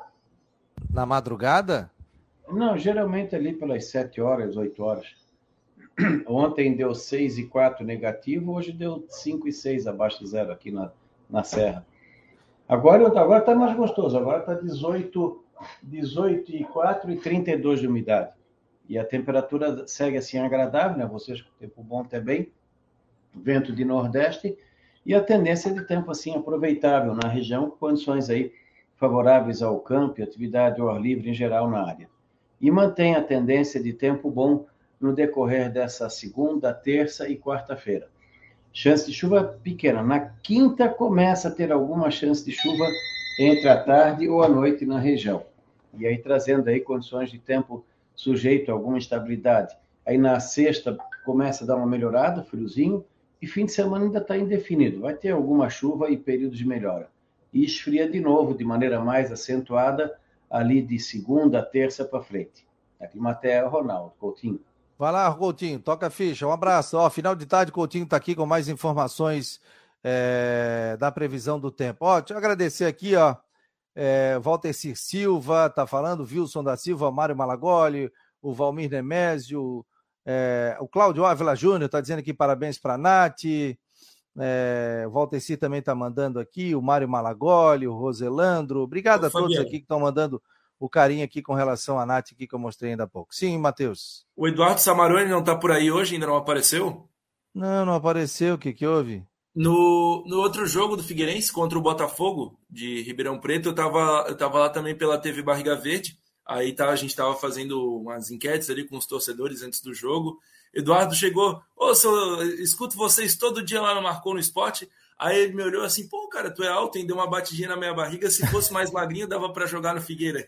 Na madrugada? Não, geralmente ali pelas sete horas, oito horas. Ontem deu seis e quatro negativo, hoje deu cinco e seis abaixo de zero aqui na, na Serra. Agora agora está mais gostoso, agora está dezoito, dezoito e quatro e trinta e dois de umidade. E a temperatura segue assim agradável, né? Vocês com tempo bom também, vento de nordeste, e a tendência de tempo assim aproveitável na região, condições aí favoráveis ao campo e atividade ao ar livre em geral na área. E mantém a tendência de tempo bom no decorrer dessa segunda, terça e quarta-feira. Chance de chuva pequena. Na quinta começa a ter alguma chance de chuva entre a tarde ou a noite na região. E aí trazendo aí condições de tempo sujeito a alguma instabilidade. Aí na sexta começa a dar uma melhorada, friozinho, e fim de semana ainda está indefinido. Vai ter alguma chuva e períodos de melhora. E esfria de novo, de maneira mais acentuada, ali de segunda a terça para frente. Aqui Matéria, Ronaldo Coutinho. Vai lá, Coutinho, toca a ficha. Um abraço. Ó, final de tarde, Coutinho está aqui com mais informações é, da previsão do tempo. Ó, deixa eu agradecer aqui, ó. É, Walter Cir Silva está falando, Wilson da Silva, Mário Malagoli, o Valmir Nemésio, é, o Cláudio Ávila Júnior está dizendo aqui parabéns para a Nath, é, o Walter Cir também está mandando aqui, o Mário Malagoli, o Roselandro, obrigado Ô, a todos Fabiano. Aqui que estão mandando o carinho aqui com relação à Nath aqui que eu mostrei ainda há pouco. Sim, Matheus. O Eduardo Samaroni não está por aí hoje, ainda não apareceu? Não, não apareceu, o que que houve? No, no outro jogo do Figueirense contra o Botafogo de Ribeirão Preto, eu estava eu tava lá também pela T V Barriga Verde. Aí tá, a gente estava fazendo umas enquetes ali com os torcedores antes do jogo. Eduardo chegou, ô, oh, escuto vocês todo dia lá no Marcou no Esporte. Aí ele me olhou assim, pô, cara, tu é alto, hein? Deu uma batidinha na minha barriga. Se fosse mais magrinho, dava para jogar no Figueira.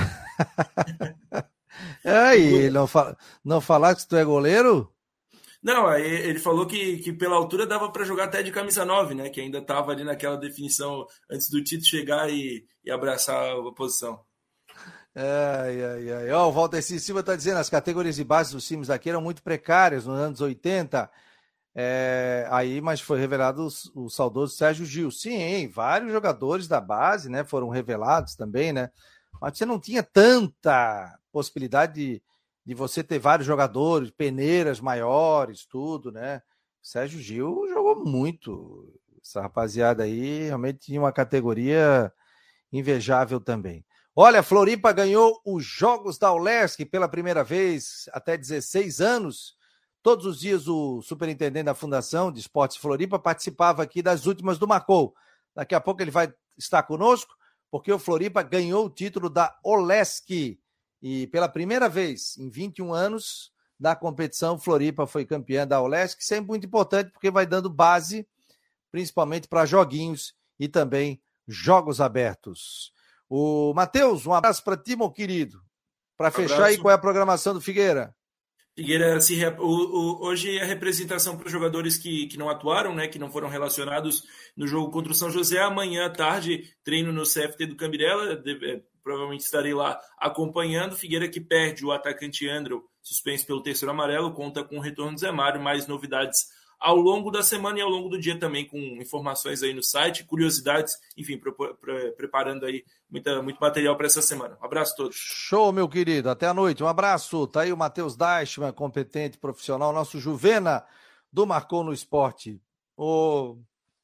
Aí, não, fala, não falar que tu é goleiro? Não, aí ele falou que, que pela altura dava para jogar até de camisa nove, né? Que ainda estava ali naquela definição antes do Tito chegar e, e abraçar a posição. Ai, ai, ai. Ó, o Walter C. Silva está dizendo as categorias de base dos times daqui eram muito precárias nos anos oitenta. É, aí, mas foi revelado o, o saudoso Sérgio Gil. Sim, vários jogadores da base, né? Foram revelados também, né? Mas você não tinha tanta possibilidade de de você ter vários jogadores, peneiras maiores, tudo, né? O Sérgio Gil jogou muito. Essa rapaziada aí realmente tinha uma categoria invejável também. Olha, Floripa ganhou os Jogos da Ulesc pela primeira vez, até dezesseis anos. Todos os dias o superintendente da Fundação de Esportes Floripa participava aqui das últimas do Marcou. Daqui a pouco ele vai estar conosco, porque o Floripa ganhou o título da Ulesc. E pela primeira vez em vinte e um anos da competição, Floripa foi campeã da Ulesc, que sempre muito importante porque vai dando base, principalmente para joguinhos e também jogos abertos. O Matheus, um abraço para ti, meu querido. Para fechar abraço. aí, qual é a programação do Figueira? Figueira, se rep... o, o, hoje é a representação para os jogadores que, que não atuaram, né, que não foram relacionados no jogo contra o São José. Amanhã à tarde, treino no C F T do Cambirela, deve, provavelmente estarei lá acompanhando. Figueira que perde o atacante Andrew, suspenso pelo terceiro amarelo, conta com o retorno do Zé Mário, mais novidades ao longo da semana e ao longo do dia também, com informações aí no site, curiosidades, enfim, pre- pre- preparando aí muita, muito material para essa semana. Um abraço a todos. Show, meu querido. Até a noite. Um abraço. Tá aí o Matheus Deichmann, competente, profissional, nosso Juvena do Marcou no Esporte. Ô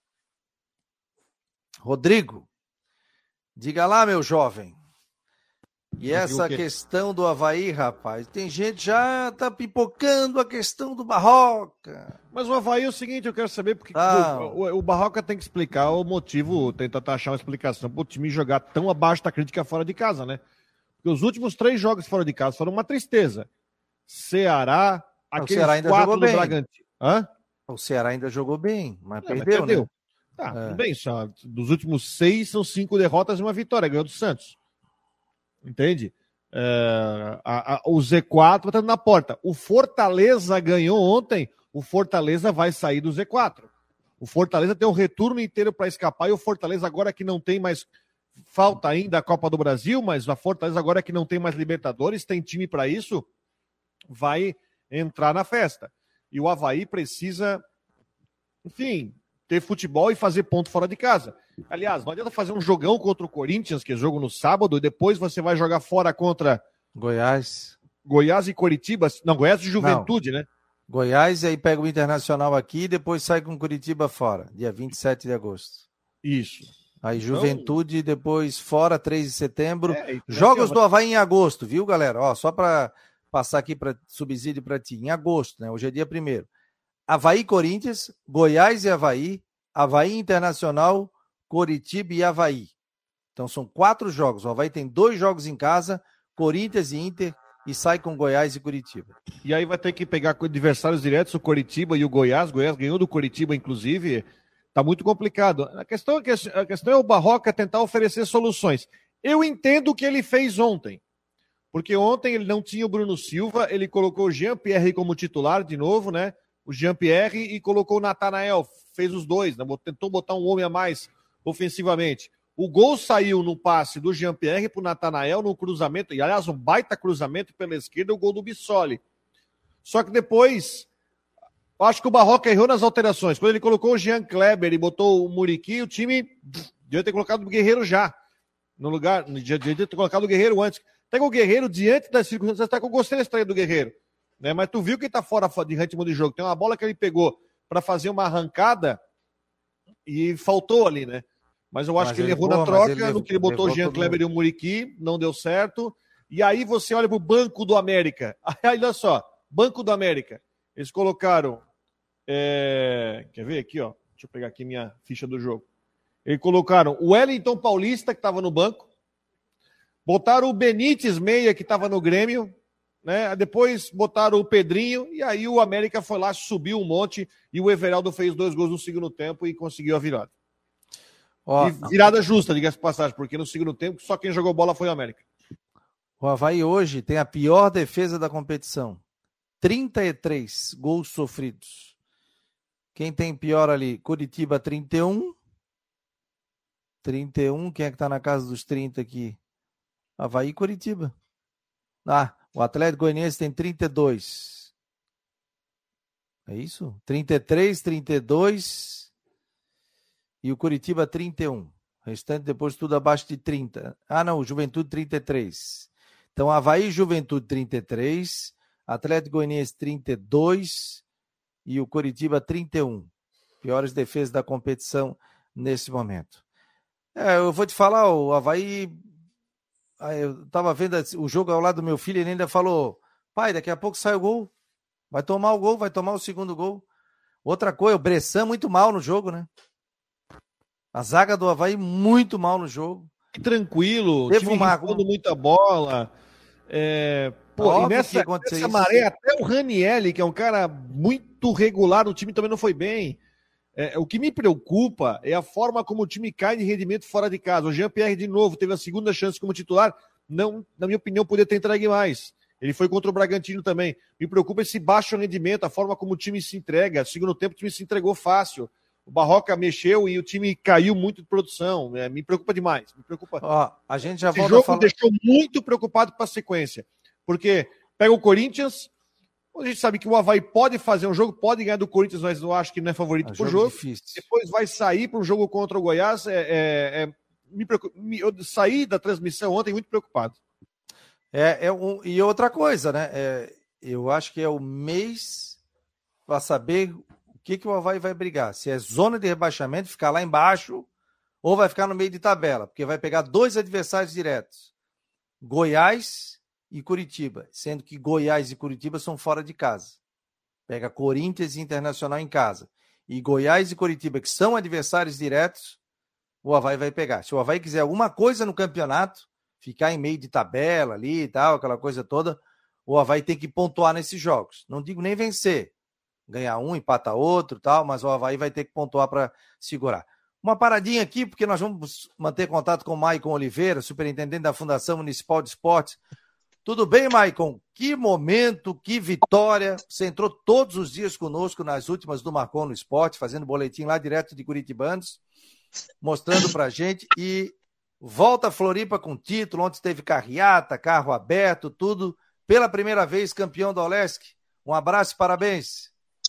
Rodrigo, diga lá, meu jovem. E essa questão do Avaí, rapaz, tem gente já tá pipocando a questão do Barroca. Mas o Avaí é o seguinte, eu quero saber porque Ah. o, o, o Barroca tem que explicar o motivo, tentar achar uma explicação para o time jogar tão abaixo da crítica fora de casa, né? Porque os últimos três jogos fora de casa foram uma tristeza. Ceará, aqueles Ceará ainda quatro jogou do bem. Bragantino. Hã? O Ceará ainda jogou bem, mas É, mas perdeu, perdeu. né? Tá, É. tudo bem, só dos últimos seis são cinco derrotas e uma vitória, ganhou do Santos. Entende? É, a- a- o Z quatro está na porta. O Fortaleza ganhou ontem, o Fortaleza vai sair do Z quatro. O Fortaleza tem um retorno inteiro para escapar e o Fortaleza agora que não tem mais, falta ainda a Copa do Brasil, mas a Fortaleza agora que não tem mais Libertadores, tem time para isso, vai entrar na festa. E o Avaí precisa, enfim, ter futebol e fazer ponto fora de casa. Aliás, não adianta fazer um jogão contra o Corinthians, que é jogo no sábado, e depois você vai jogar fora contra Goiás. Goiás e Coritiba. Não, Goiás e Juventude, né? Goiás, e aí pega o Internacional aqui e depois sai com Curitiba fora, dia vinte e sete de agosto. Isso. Aí Então- Juventude depois fora, três de setembro. É, e- Jogos assim, do Avaí em agosto, viu, galera? Ó, só para passar aqui para subsídio para ti. Em agosto, né? Hoje é dia primeiro. Avaí Corinthians, Goiás e Avaí, Avaí Internacional, Coritiba e Avaí. Então são quatro jogos. O Avaí tem dois jogos em casa, Corinthians e Inter, e sai com Goiás e Curitiba. E aí vai ter que pegar com adversários diretos, o Coritiba e o Goiás. Goiás ganhou do Coritiba, inclusive. Tá muito complicado. A questão, é que- a questão é o Barroca tentar oferecer soluções. Eu entendo o que ele fez ontem. Porque ontem ele não tinha o Bruno Silva, ele colocou o Jean-Pierre como titular de novo, né? O Jean-Pierre e colocou o Natanael, fez os dois, né? Tentou botar um homem a mais ofensivamente. O gol saiu no passe do Jean-Pierre para o Natanael, no cruzamento, e aliás, um baita cruzamento pela esquerda, o gol do Bissoli. Só que depois, eu acho que o Barroca errou nas alterações. Quando ele colocou o Jean Kleber e botou o Muriqui, o time devia ter colocado o Guerreiro já. No lugar, devia ter colocado o Guerreiro antes. Até que o Guerreiro, diante das circunstâncias, até que eu gostei da estreia do Guerreiro. Né? Mas tu viu que ele tá fora de ritmo de jogo. Tem uma bola que ele pegou para fazer uma arrancada e faltou ali, né? Mas eu acho Mas que ele ele errou levou, na troca, mas ele no que ele botou o levou Jean todo Kleber mundo. e o Muriqui, não deu certo. E aí você olha pro Banco do América. Aí, olha só, Banco do América. Eles colocaram. é, Quer ver aqui, ó? Deixa eu pegar aqui minha ficha do jogo. Eles colocaram o Wellington Paulista, que estava no banco. Botaram o Benítez Meia, que estava no Grêmio. Né? Depois botaram o Pedrinho. E aí o América foi lá, subiu um monte. E o Everaldo fez dois gols no segundo tempo e conseguiu a virada. Ó, E virada justa, diga-se de passagem, porque no segundo tempo só quem jogou bola foi o América. o Avaí hoje tem a pior defesa da competição. trinta e três gols sofridos. Quem tem pior ali? Curitiba, trinta e um. trinta e um. Quem é que tá na casa dos trinta aqui? Avaí e Curitiba. Ah, o Atlético Goianiense tem trinta e dois. É isso? trinta e três, trinta e dois. E o Curitiba, trinta e um. O restante depois tudo abaixo de trinta. Ah, não, o Juventude, trinta e três. Então, Avaí e Juventude, trinta e três. Atlético Goianiense, trinta e dois. E o Curitiba, trinta e um. Piores defesas da competição nesse momento. É, eu vou te falar, o Avaí... Ah, eu tava vendo o jogo ao lado do meu filho e ele ainda falou: pai, daqui a pouco sai o gol. Vai tomar o gol, vai tomar o segundo gol. Outra coisa, o Bressan muito mal no jogo, né? A zaga do Avaí muito mal no jogo. Tranquilo, Teve time uma- riscando muita bola. É, pô, Óbvio e nessa, que ia acontecer nessa isso. maré, até o Ranielli, que é um cara muito regular, o time também não foi bem. É, o que me preocupa é a forma como o time cai de rendimento fora de casa. O Jean-Pierre, de novo, teve a segunda chance como titular. Não, na minha opinião, poderia ter entregue mais. Ele foi contra o Bragantino também. Me preocupa esse baixo rendimento, a forma como o time se entrega. Segundo tempo, o time se entregou fácil. O Barroca mexeu e o time caiu muito de produção. É, me preocupa demais. Me preocupa. Ó, a gente já Esse volta jogo a falar... deixou muito preocupado com a sequência. Porque pega o Corinthians, a gente sabe que o Avaí pode fazer um jogo, pode ganhar do Corinthians, mas eu acho que não é favorito é pro jogo jogo. Difícil. Depois vai sair para um jogo contra o Goiás. É, é, é, me preocupa, me, eu saí da transmissão ontem muito preocupado. É, é um, e outra coisa, né? É, eu acho que é o mês para saber o que, que o Avaí vai brigar. Se é zona de rebaixamento, ficar lá embaixo, ou vai ficar no meio de tabela, porque vai pegar dois adversários diretos: Goiás e Curitiba, sendo que Goiás e Curitiba são fora de casa. Pega Corinthians e Internacional em casa. E Goiás e Curitiba, que são adversários diretos, o Avaí vai pegar. Se o Avaí quiser alguma coisa no campeonato, ficar em meio de tabela ali e tal, aquela coisa toda, o Avaí tem que pontuar nesses jogos. Não digo nem vencer. Ganhar um, empata outro e tal, mas o Avaí vai ter que pontuar para segurar. Uma paradinha aqui, porque nós vamos manter contato com o Maicon Oliveira, superintendente da Fundação Municipal de Esportes. Tudo bem, Maicon? Que momento, que vitória. Você entrou todos os dias conosco nas últimas do Marcon no Esporte, fazendo boletim lá direto de Curitibanos, mostrando pra gente. E volta a Floripa com título, onde teve carreata, carro aberto, tudo. Pela primeira vez, campeão do Olesc. Um abraço e parabéns.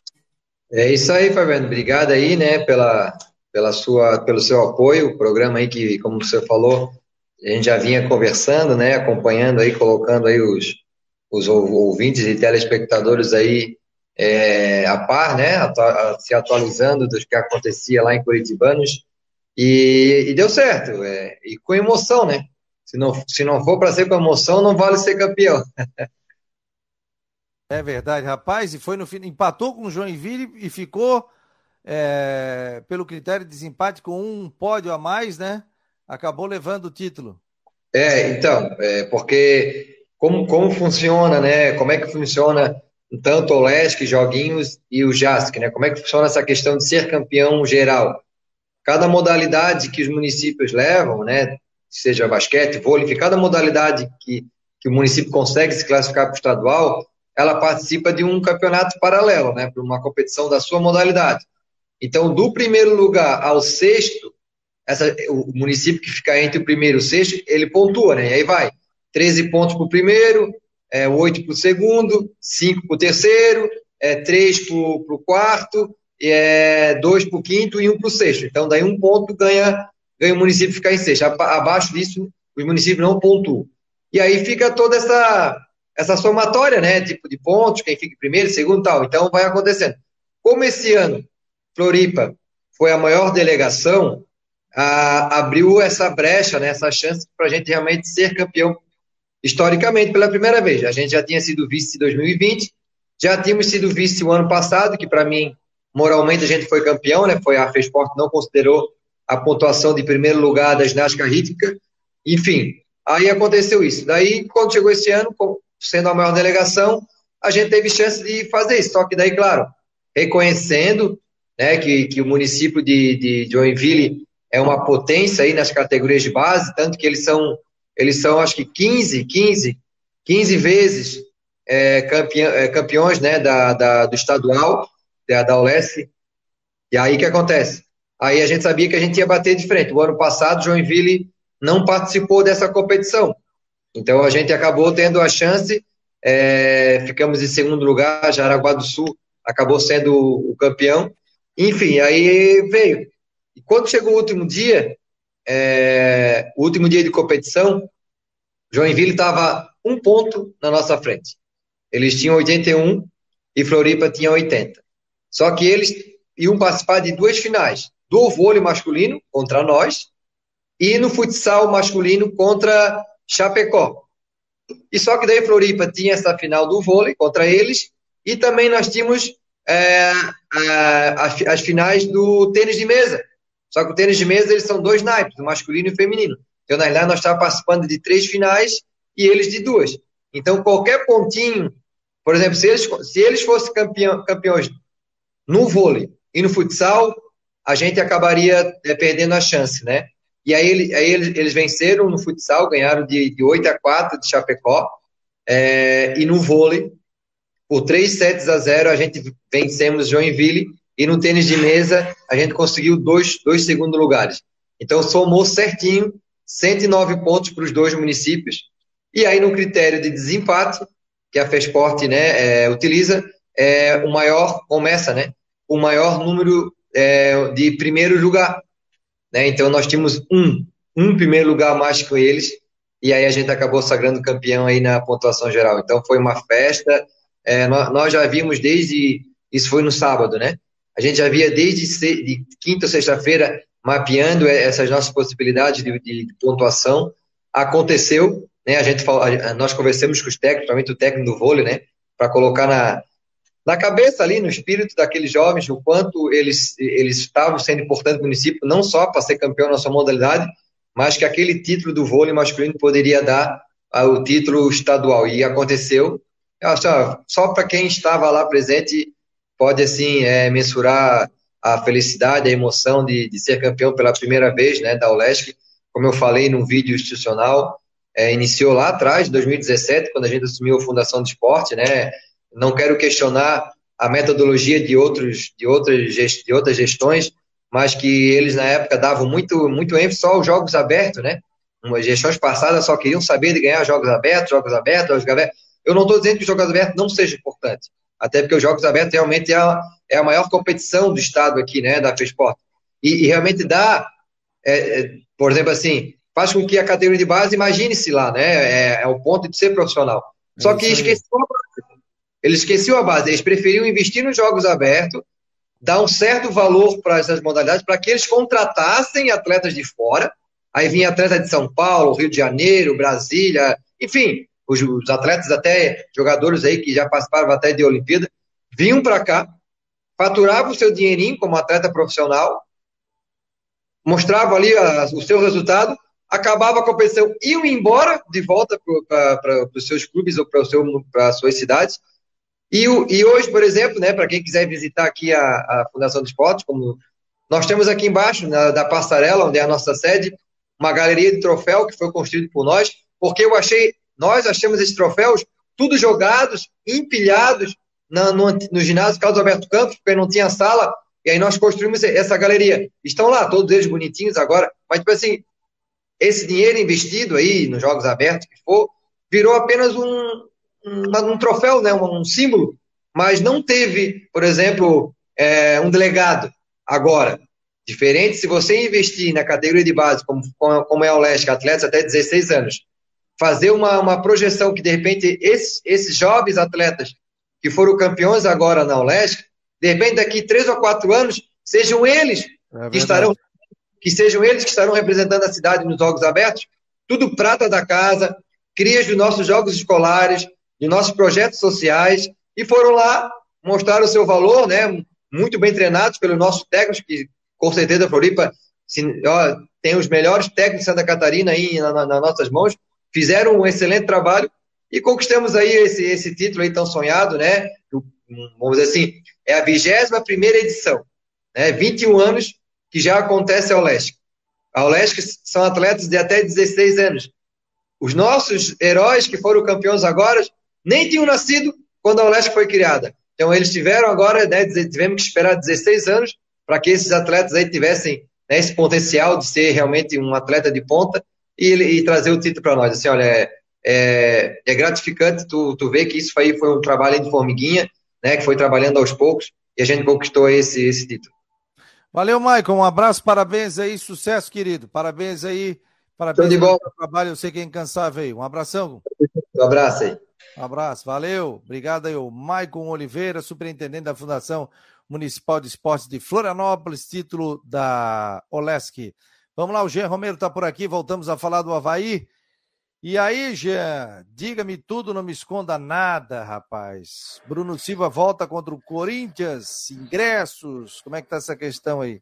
É isso aí, Fabiano. Obrigado aí, né, pela, pela sua, pelo seu apoio. O programa aí que, como você falou, a gente já vinha conversando, né, acompanhando aí, colocando aí os, os ouvintes e telespectadores aí é, a par, né, atu- se atualizando do que acontecia lá em Curitibanos. E, e deu certo, é, e com emoção, né? Se não, se não for para ser com emoção, não vale ser campeão. É verdade, rapaz, e foi no fim, empatou com o Joinville e ficou, é, pelo critério de desempate, com um pódio a mais, né? Acabou levando o título. É, então, é, porque como, como funciona, né? Como é que funciona tanto o Olesc, Joguinhos e o J A S C, né? Como é que funciona essa questão de ser campeão geral? Cada modalidade que os municípios levam, né? Seja basquete, vôlei, cada modalidade que, que o município consegue se classificar para o estadual, ela participa de um campeonato paralelo, né? Para uma competição da sua modalidade. Então, do primeiro lugar ao sexto, essa, o município que fica entre o primeiro e o sexto, ele pontua, né? E aí vai treze pontos para o primeiro, é, oito para o segundo, cinco para o terceiro, é, três para o quarto, é, dois para o quinto e um para o sexto. Então, daí um ponto ganha, ganha o município ficar em sexto. Abaixo disso, os municípios não pontuam. E aí fica toda essa, essa somatória, né? Tipo de pontos, quem fica em primeiro, segundo e tal. Então, vai acontecendo. Como esse ano, Floripa foi a maior delegação, a, abriu essa brecha, né, essa chance para a gente realmente ser campeão historicamente pela primeira vez. A gente já tinha sido vice em dois mil e vinte, já tínhamos sido vice o ano passado, que para mim, moralmente, a gente foi campeão, né, foi a FESPORT não considerou a pontuação de primeiro lugar da ginástica rítmica, enfim, aí aconteceu isso. Daí, quando chegou esse ano, sendo a maior delegação, a gente teve chance de fazer isso, só que daí, claro, reconhecendo, né, que, que o município de, de Joinville é uma potência aí nas categorias de base, tanto que eles são, eles são acho que quinze, quinze, quinze vezes é, campeão, é, campeões, né, da, da, do estadual, da, da Olesc. E aí o que acontece? Aí a gente sabia que a gente ia bater de frente. O ano passado, Joinville não participou dessa competição. Então a gente acabou tendo a chance, é, ficamos em segundo lugar, Jaraguá do Sul acabou sendo o campeão. Enfim, aí veio. E quando chegou o último dia, é, o último dia de competição, Joinville estava um ponto na nossa frente. Eles tinham oitenta e um e Floripa tinha oitenta. Só que eles iam participar de duas finais, do vôlei masculino contra nós e no futsal masculino contra Chapecó. E só que daí Floripa tinha essa final do vôlei contra eles e também nós tínhamos é, a, as, as finais do tênis de mesa. Só que o tênis de mesa, eles são dois naipes, o masculino e o feminino. Então, na realidade, nós estávamos participando de três finais e eles de duas. Então, qualquer pontinho, por exemplo, se eles, se eles fossem campeão, campeões no vôlei e no futsal, a gente acabaria é, perdendo a chance, né? E aí, ele, aí eles, eles venceram no futsal, ganharam de, de oito a quatro de Chapecó, é, e no vôlei, por três sets a zero, a gente vencemos Joinville, e no tênis de mesa, a gente conseguiu dois, dois segundos lugares. Então, somou certinho cento e nove pontos para os dois municípios. E aí, no critério de desempate, que a FESPORT, né, é, utiliza, é, o maior, começa, né, o maior número é, de primeiro lugar. Né? Então, nós tínhamos um, um primeiro lugar mais que eles, e aí a gente acabou sagrando campeão aí na pontuação geral. Então, foi uma festa. É, nós, nós já vimos desde, isso foi no sábado, né? A gente já via desde se, de quinta ou sexta-feira mapeando essas nossas possibilidades de, de pontuação. Aconteceu, né? A gente falou, nós conversamos com os técnicos, principalmente o técnico do vôlei, né? Para colocar na, na cabeça ali, no espírito daqueles jovens, o quanto eles, eles estavam sendo importantes no município, não só para ser campeão na sua modalidade, mas que aquele título do vôlei masculino poderia dar o título estadual. E aconteceu. Eu acho, ó, só para quem estava lá presente pode, assim, é, mensurar a felicidade, a emoção de, de ser campeão pela primeira vez, né, da Olesc. Como eu falei no vídeo institucional, é, iniciou lá atrás, em dois mil e dezessete, quando a gente assumiu a Fundação de Esporte, né? Não quero questionar a metodologia de, outros, de, outras, gest, de outras gestões, mas que eles, na época, davam muito, muito ênfase só aos jogos abertos, né? As gestões passadas só queriam saber de ganhar jogos abertos, jogos abertos, jogos abertos. Eu não estou dizendo que os jogos abertos não sejam importantes, até porque os jogos abertos realmente é a, é a maior competição do estado aqui, né, da FESPORT. E, e realmente dá, é, é, por exemplo, assim, faz com que a categoria de base imagine-se lá, né? É, é o ponto de ser profissional. Só é que esqueceu a base. Eles esqueciam a base, eles preferiam investir nos jogos abertos, dar um certo valor para essas modalidades, para que eles contratassem atletas de fora. Aí vinha atleta de São Paulo, Rio de Janeiro, Brasília, enfim, os, os atletas até, jogadores aí que já participaram até de Olimpíada, vinham para cá, faturavam o seu dinheirinho como atleta profissional, mostravam ali a, o seu resultado, acabava a competição, iam embora de volta para os seus clubes ou para as suas cidades. E, e hoje, por exemplo, né, para quem quiser visitar aqui a, a Fundação de Esportes, como nós temos aqui embaixo, na, da passarela, onde é a nossa sede, uma galeria de troféu que foi construída por nós, porque eu achei, nós achamos esses troféus tudo jogados, empilhados na, no, no ginásio Carlos Alberto Campos, porque não tinha sala, e aí nós construímos essa galeria. Estão lá, todos eles bonitinhos agora, mas, tipo assim, esse dinheiro investido aí nos jogos abertos que for, virou apenas um, um, um troféu, né, um, um símbolo, mas não teve, por exemplo, é, um delegado agora. Diferente se você investir na categoria de base, como, como é a Olesc, atletas até dezesseis anos, fazer uma, uma projeção que, de repente, esses, esses jovens atletas que foram campeões agora na Olesc, de repente, daqui três ou quatro anos, sejam eles é que estarão que sejam eles que estarão representando a cidade nos Jogos Abertos, tudo prata da casa, crias dos nossos jogos escolares, de nossos projetos sociais, e foram lá mostrar o seu valor, né, muito bem treinados pelos nossos técnicos, que com certeza a Floripa se, ó, tem os melhores técnicos de Santa Catarina aí na, na, nas nossas mãos, fizeram um excelente trabalho e conquistamos aí esse, esse título aí tão sonhado, né, vamos dizer assim, é a vigésima primeira edição, né, vinte e um anos que já acontece a Olesc. A Olesc são atletas de até dezesseis anos. Os nossos heróis que foram campeões agora nem tinham nascido quando a Olesc foi criada. Então eles tiveram agora, né, tivemos que esperar dezesseis anos para que esses atletas aí tivessem, né, esse potencial de ser realmente um atleta de ponta e, e trazer o título para nós. Assim, olha, é, é, é gratificante tu, tu ver que isso aí foi um trabalho de formiguinha, né, que foi trabalhando aos poucos e a gente conquistou esse, esse título. Valeu, Maicon, um abraço, parabéns aí, sucesso, querido, parabéns aí, parabéns pelo trabalho, eu sei que é incansável aí, um abração. Um abraço aí. Um abraço, valeu, obrigado aí, o Maicon Oliveira, superintendente da Fundação Municipal de Esportes de Florianópolis, título da Olesc. Vamos lá, o Jean Romero está por aqui, voltamos a falar do Avaí. E aí, Jean, diga-me tudo, não me esconda nada, rapaz. Bruno Silva volta contra o Corinthians, ingressos, como é que tá essa questão aí?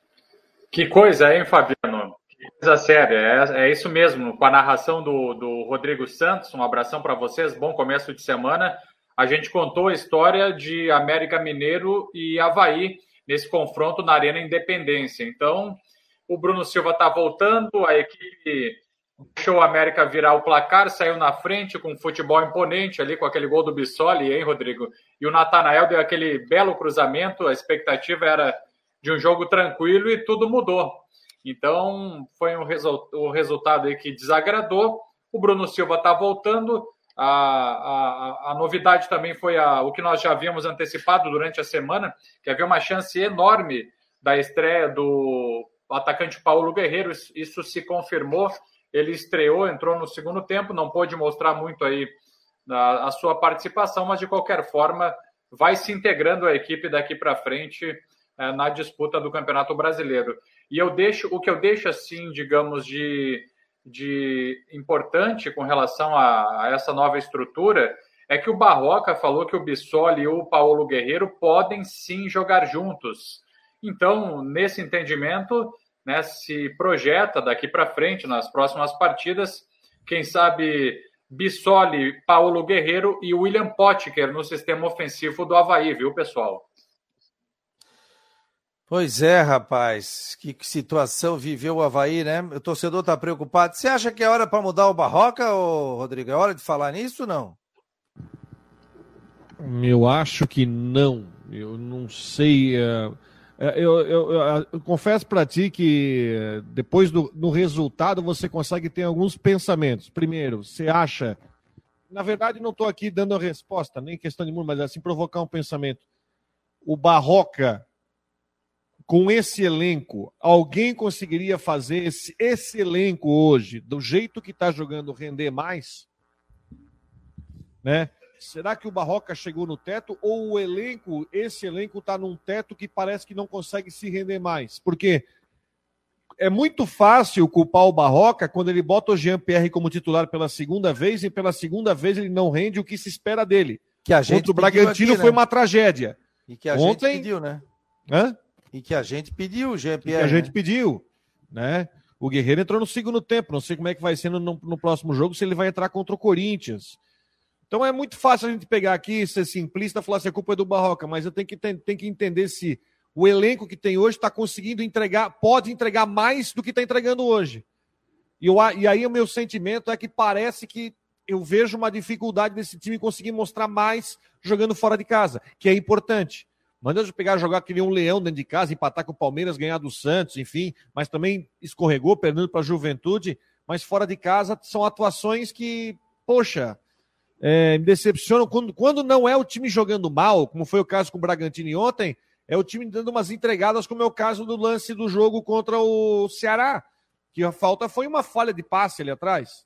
Que coisa, hein, Fabiano? Que coisa séria, é, é isso mesmo, com a narração do, do Rodrigo Santos, um abração para vocês, bom começo de semana. A gente contou a história de América Mineiro e Avaí nesse confronto na Arena Independência. Então, o Bruno Silva está voltando, a equipe deixou o América virar o placar, saiu na frente com um futebol imponente ali, com aquele gol do Bissoli, hein, Rodrigo? E o Natanael deu aquele belo cruzamento, a expectativa era de um jogo tranquilo e tudo mudou. Então, foi um resu- o resultado aí que desagradou. O Bruno Silva está voltando. A, a, a novidade também foi a, o que nós já havíamos antecipado durante a semana, que havia uma chance enorme da estreia do atacante Paulo Guerreiro. Isso se confirmou. Ele estreou, entrou no segundo tempo, não pôde mostrar muito aí a, a sua participação, mas de qualquer forma vai se integrando a equipe daqui para frente é, na disputa do Campeonato Brasileiro. E eu deixo, o que eu deixo assim, digamos, de, de importante com relação a, a essa nova estrutura é que o Barroca falou que o Bissoli e o Paulo Guerreiro podem sim jogar juntos. Então, nesse entendimento, né, se projeta daqui para frente, nas próximas partidas, quem sabe Bissoli, Paulo Guerreiro e William Potker no sistema ofensivo do Avaí, viu, pessoal? Pois é, rapaz, que situação viveu o Avaí, né? O torcedor está preocupado. Você acha que é hora para mudar o Barroca, ô, Rodrigo? É hora de falar nisso ou não? Eu acho que não. Eu não sei... Uh... Eu, eu, eu, eu confesso para ti que depois do, do resultado você consegue ter alguns pensamentos. Primeiro, você acha... Na verdade, não estou aqui dando a resposta, nem questão de mundo, mas assim, provocar um pensamento. O Barroca, com esse elenco, alguém conseguiria fazer esse, esse elenco hoje, do jeito que está jogando, render mais? Né? Será que o Barroca chegou no teto ou o elenco, esse elenco está num teto que parece que não consegue se render mais? Porque é muito fácil culpar o Barroca quando ele bota o Jean-Pierre como titular pela segunda vez e pela segunda vez ele não rende o que se espera dele. Que a gente Contra o Bragantino aqui, foi né? uma tragédia. E que a Ontem... gente pediu, né? Hã? E que a gente pediu, Jean-Pierre. Que a gente né? pediu, né? O Guerreiro entrou no segundo tempo. Não sei como é que vai ser no, no próximo jogo, se ele vai entrar contra o Corinthians. Então é muito fácil a gente pegar aqui, ser simplista, falar se a culpa é do Barroca, mas eu tenho que, tenho que entender se o elenco que tem hoje está conseguindo entregar, pode entregar mais do que está entregando hoje. E, eu, e aí o meu sentimento é que parece que eu vejo uma dificuldade desse time conseguir mostrar mais jogando fora de casa, que é importante. Manda eu pegar jogar que nem um leão dentro de casa, empatar com o Palmeiras, ganhar do Santos, enfim, mas também escorregou, perdendo para a Juventude, mas fora de casa são atuações que, poxa... É, me decepcionam quando, quando não é o time jogando mal, como foi o caso com o Bragantino ontem, é o time dando umas entregadas, como é o caso do lance do jogo contra o Ceará, que a falta foi uma falha de passe ali atrás.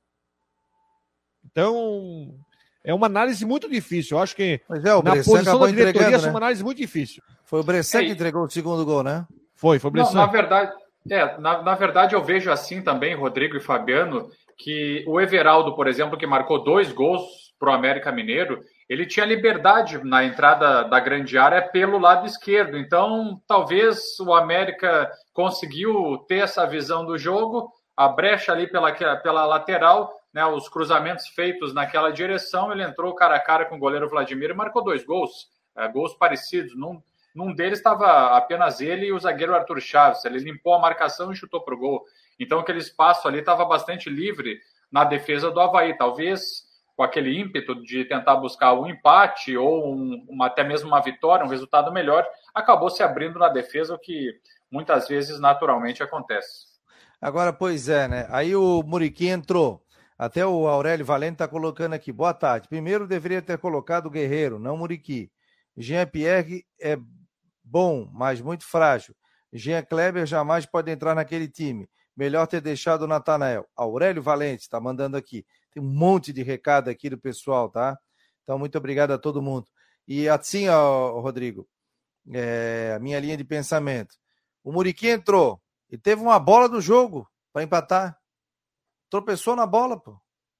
Então, é uma análise muito difícil. Eu acho que Mas é, o na Bressan posição da diretoria né? essa é uma análise muito difícil. Foi o Bressan é, que entregou o segundo gol, né? Foi, foi o Bressan. Não, na verdade, é, na, na verdade eu vejo assim também, Rodrigo e Fabiano, que o Everaldo, por exemplo, que marcou dois gols para o América Mineiro, ele tinha liberdade na entrada da grande área pelo lado esquerdo. Então, talvez o América conseguiu ter essa visão do jogo, a brecha ali pela, pela lateral, né, os cruzamentos feitos naquela direção, ele entrou cara a cara com o goleiro Vladimir e marcou dois gols, é, gols parecidos. Num, num deles estava apenas ele e o zagueiro Arthur Chaves. Ele limpou a marcação e chutou para o gol. Então, aquele espaço ali estava bastante livre na defesa do Avaí. Talvez com aquele ímpeto de tentar buscar um empate ou um, uma, até mesmo uma vitória, um resultado melhor, acabou se abrindo na defesa, o que muitas vezes naturalmente acontece. Agora, pois é, né? Aí o Muriqui entrou. Até o Aurélio Valente está colocando aqui. Boa tarde. Primeiro deveria ter colocado o Guerreiro, não o Muriqui. Jean-Pierre é bom, mas muito frágil. Jean Kleber jamais pode entrar naquele time. Melhor ter deixado o Natanael. Aurélio Valente está mandando aqui. Tem um monte de recado aqui do pessoal, tá? Então, muito obrigado a todo mundo. E assim, ó, Rodrigo, é, a minha linha de pensamento. O Muriqui entrou e teve uma bola do jogo para empatar. Tropeçou na bola, pô.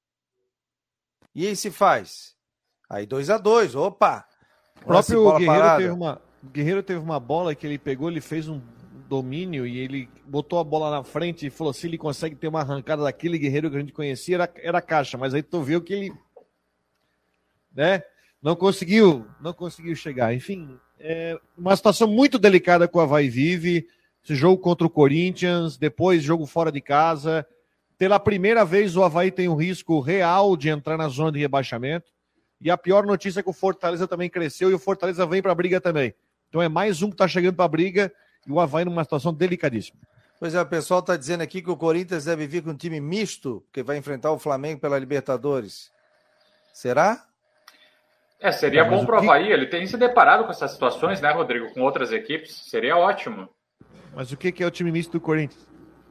E aí se faz? Aí dois a dois, opa! O próprio Guerreiro teve, uma, Guerreiro teve uma bola que ele pegou, ele fez um domínio e ele botou a bola na frente e falou assim, ele consegue ter uma arrancada daquele Guerreiro que a gente conhecia, era, era caixa, mas aí tu viu que ele, né, não conseguiu, não conseguiu chegar. Enfim, é uma situação muito delicada que o Avaí vive. Esse jogo contra o Corinthians, depois jogo fora de casa. Pela primeira vez o Avaí tem um risco real de entrar na zona de rebaixamento. E a pior notícia é que o Fortaleza também cresceu e o Fortaleza vem para a briga também. Então é mais um que está chegando para a briga e o Avaí numa situação delicadíssima. Pois é, o pessoal está dizendo aqui que o Corinthians deve vir com um time misto, porque vai enfrentar o Flamengo pela Libertadores. Será? É, seria Não, bom o para o que... Avaí. Ele tem se deparado com essas situações, né, Rodrigo? Com outras equipes. Seria ótimo. Mas o que é o time misto do Corinthians?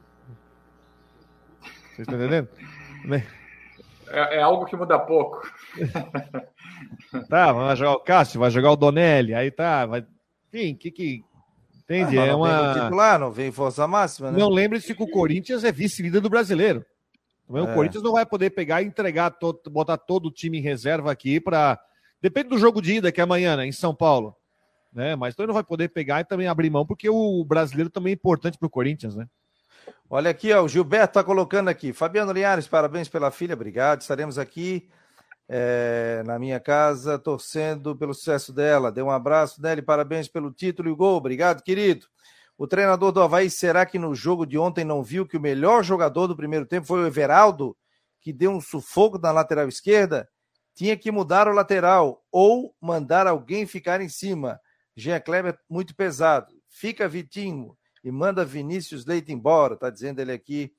Vocês estão entendendo? É, é algo que muda pouco. Tá, vai jogar o Cássio, vai jogar o Donelli, aí tá, vai... Enfim, o que que... Entende? Ah, é não uma... vem titular, não vem força máxima, né? Não lembre-se que o Corinthians é vice-líder do brasileiro. O É. Corinthians não vai poder pegar e entregar, todo, botar todo o time em reserva aqui para... Depende do jogo de ida, que é amanhã, né, em São Paulo. Né? Mas então ele não vai poder pegar e também abrir mão, porque o brasileiro também é importante para o Corinthians, né? Olha aqui, ó, o Gilberto está colocando aqui. Fabiano Linhares, parabéns pela filha, obrigado. Estaremos aqui é, na minha casa, torcendo pelo sucesso dela. Dê um abraço, Nelly, parabéns pelo título e o gol. Obrigado, querido. O treinador do Avaí, será que no jogo de ontem não viu que o melhor jogador do primeiro tempo foi o Everaldo, que deu um sufoco na lateral esquerda? Tinha que mudar o lateral ou mandar alguém ficar em cima. Jean Kleber muito pesado. Fica Vitinho e manda Vinícius Leite embora, tá dizendo ele aqui,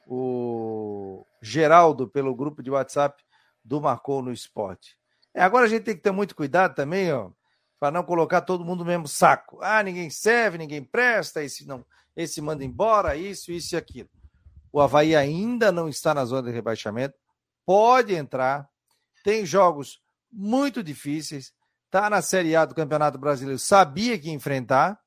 o Geraldo, pelo grupo de WhatsApp do Marcou no Esporte. É, agora a gente tem que ter muito cuidado também, ó, para não colocar todo mundo no mesmo saco. Ah, ninguém serve, ninguém presta, esse não, esse manda embora, isso, isso e aquilo. O Avaí ainda não está na zona de rebaixamento, pode entrar, tem jogos muito difíceis, tá na Série A do Campeonato Brasileiro, sabia que ia enfrentar.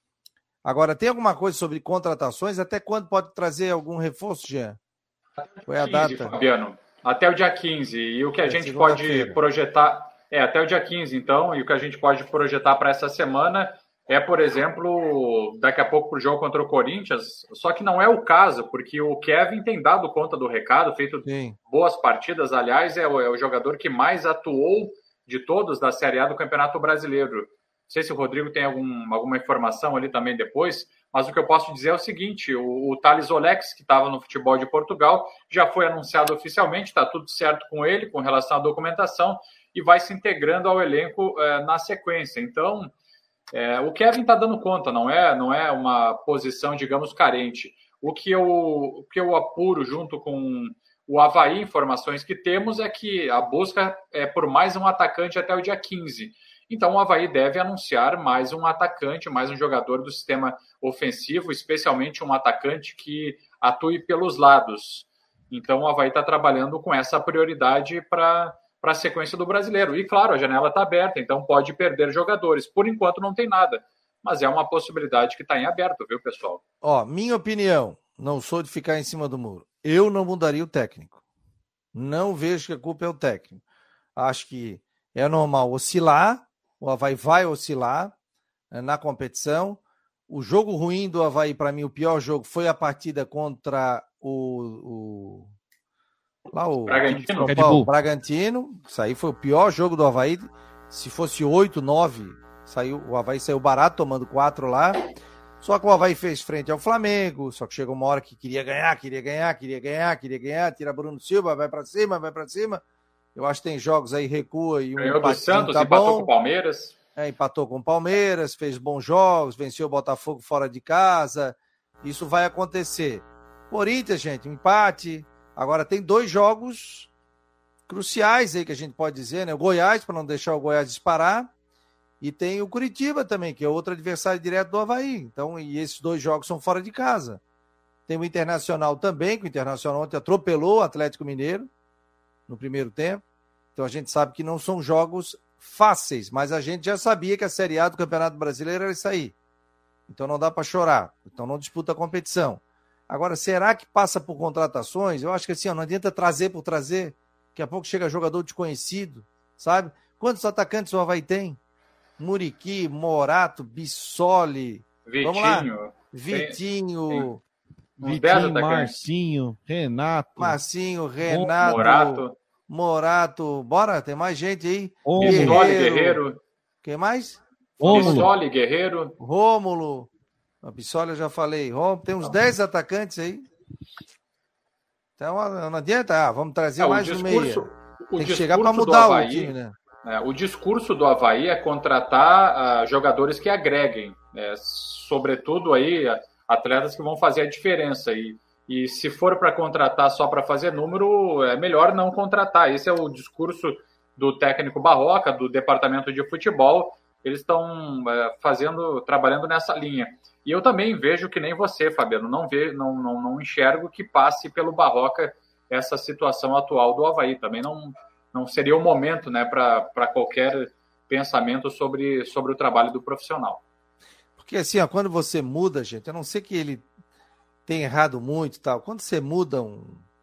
Agora, tem alguma coisa sobre contratações? Até quando pode trazer algum reforço, Jean? Qual é a quinze, data? Fabiano. Até o dia quinze. E o que a É, gente pode projetar... É, até o dia quinze, então. E o que a gente pode projetar para essa semana é, por exemplo, daqui a pouco para o jogo contra o Corinthians. Só que não é o caso, porque o Kevin tem dado conta do recado, feito Sim. boas partidas. Aliás, é o, é o jogador que mais atuou de todos da Série A do Campeonato Brasileiro. Não sei se o Rodrigo tem algum, alguma informação ali também depois, mas o que eu posso dizer é o seguinte, o, o Thales Olex, que estava no futebol de Portugal, já foi anunciado oficialmente, está tudo certo com ele, com relação à documentação, e vai se integrando ao elenco é, na sequência. Então, é, o Kevin está dando conta, não é, não é uma posição, digamos, carente. O que eu, o que eu apuro junto com o Avaí, informações que temos, é que a busca é por mais um atacante até o dia quinze. Então o Avaí deve anunciar mais um atacante, mais um jogador do sistema ofensivo, especialmente um atacante que atue pelos lados. Então o Avaí está trabalhando com essa prioridade para a sequência do brasileiro. E claro, a janela está aberta, então pode perder jogadores. Por enquanto não tem nada, mas é uma possibilidade que está em aberto, viu, pessoal? Ó, minha opinião, não sou de ficar em cima do muro. Eu não mudaria o técnico. Não vejo que a culpa é o técnico. Acho que é normal oscilar. O Avaí vai oscilar né, na competição. O jogo ruim do Avaí, para mim, o pior jogo foi a partida contra o, o, lá o Bragantino. Red Bull. Bragantino. Isso aí foi o pior jogo do Avaí. Se fosse oito, nove, saiu, o Avaí saiu barato, tomando quatro lá. Só que o Avaí fez frente ao Flamengo, só que chegou uma hora que queria ganhar, queria ganhar, queria ganhar, queria ganhar, tira Bruno Silva, vai para cima, vai para cima. Eu acho que tem jogos aí, recua e um Ganhou do Santos, tá empatou bom. com o Palmeiras. É, empatou com o Palmeiras, fez bons jogos, venceu o Botafogo fora de casa. Isso vai acontecer. Corinthians, gente, um empate. Agora tem dois jogos cruciais aí que a gente pode dizer, né? O Goiás, para não deixar o Goiás disparar. E tem o Curitiba também, que é outro adversário direto do Avaí. Então, e esses dois jogos são fora de casa. Tem o Internacional também, que o Internacional ontem atropelou o Atlético Mineiro no primeiro tempo. Então a gente sabe que não são jogos fáceis, mas a gente já sabia que a Série A do Campeonato Brasileiro era isso aí. Então não dá para chorar. Então não disputa a competição. Agora, será que passa por contratações? Eu acho que assim, ó, não adianta trazer por trazer. Daqui a pouco chega jogador desconhecido, sabe? Quantos atacantes o Avaí tem? Muriqui, Morato, Bissoli. Vitinho. Vamos lá. Vitinho. Tem, tem. Vitinho, Marcinho, Renato. Marcinho, Renato. Morato. Morato. Bora, tem mais gente aí. Guerreiro. Guerreiro. Quem mais? Bissoli, Guerreiro. Rômulo. A Bissoli eu já falei. Rômulo, tem uns dez atacantes aí. Então não adianta, ah, vamos trazer é, mais um meia. Tem que chegar para mudar Avaí, o time, né? É, o discurso do Avaí é contratar uh, jogadores que agreguem, é, sobretudo aí atletas que vão fazer a diferença. E, e se for para contratar só para fazer número, é melhor não contratar. Esse é o discurso do técnico Barroca, do departamento de futebol. Eles estão é, fazendo, trabalhando nessa linha. E eu também vejo que nem você, Fabiano, não, ve, não, não, não enxergo que passe pelo Barroca essa situação atual do Avaí. Também não, não seria o momento, né, para qualquer pensamento sobre, sobre o trabalho do profissional. Porque assim, ó, quando você muda, gente, eu não sei que ele tem errado muito e tal, quando você muda um,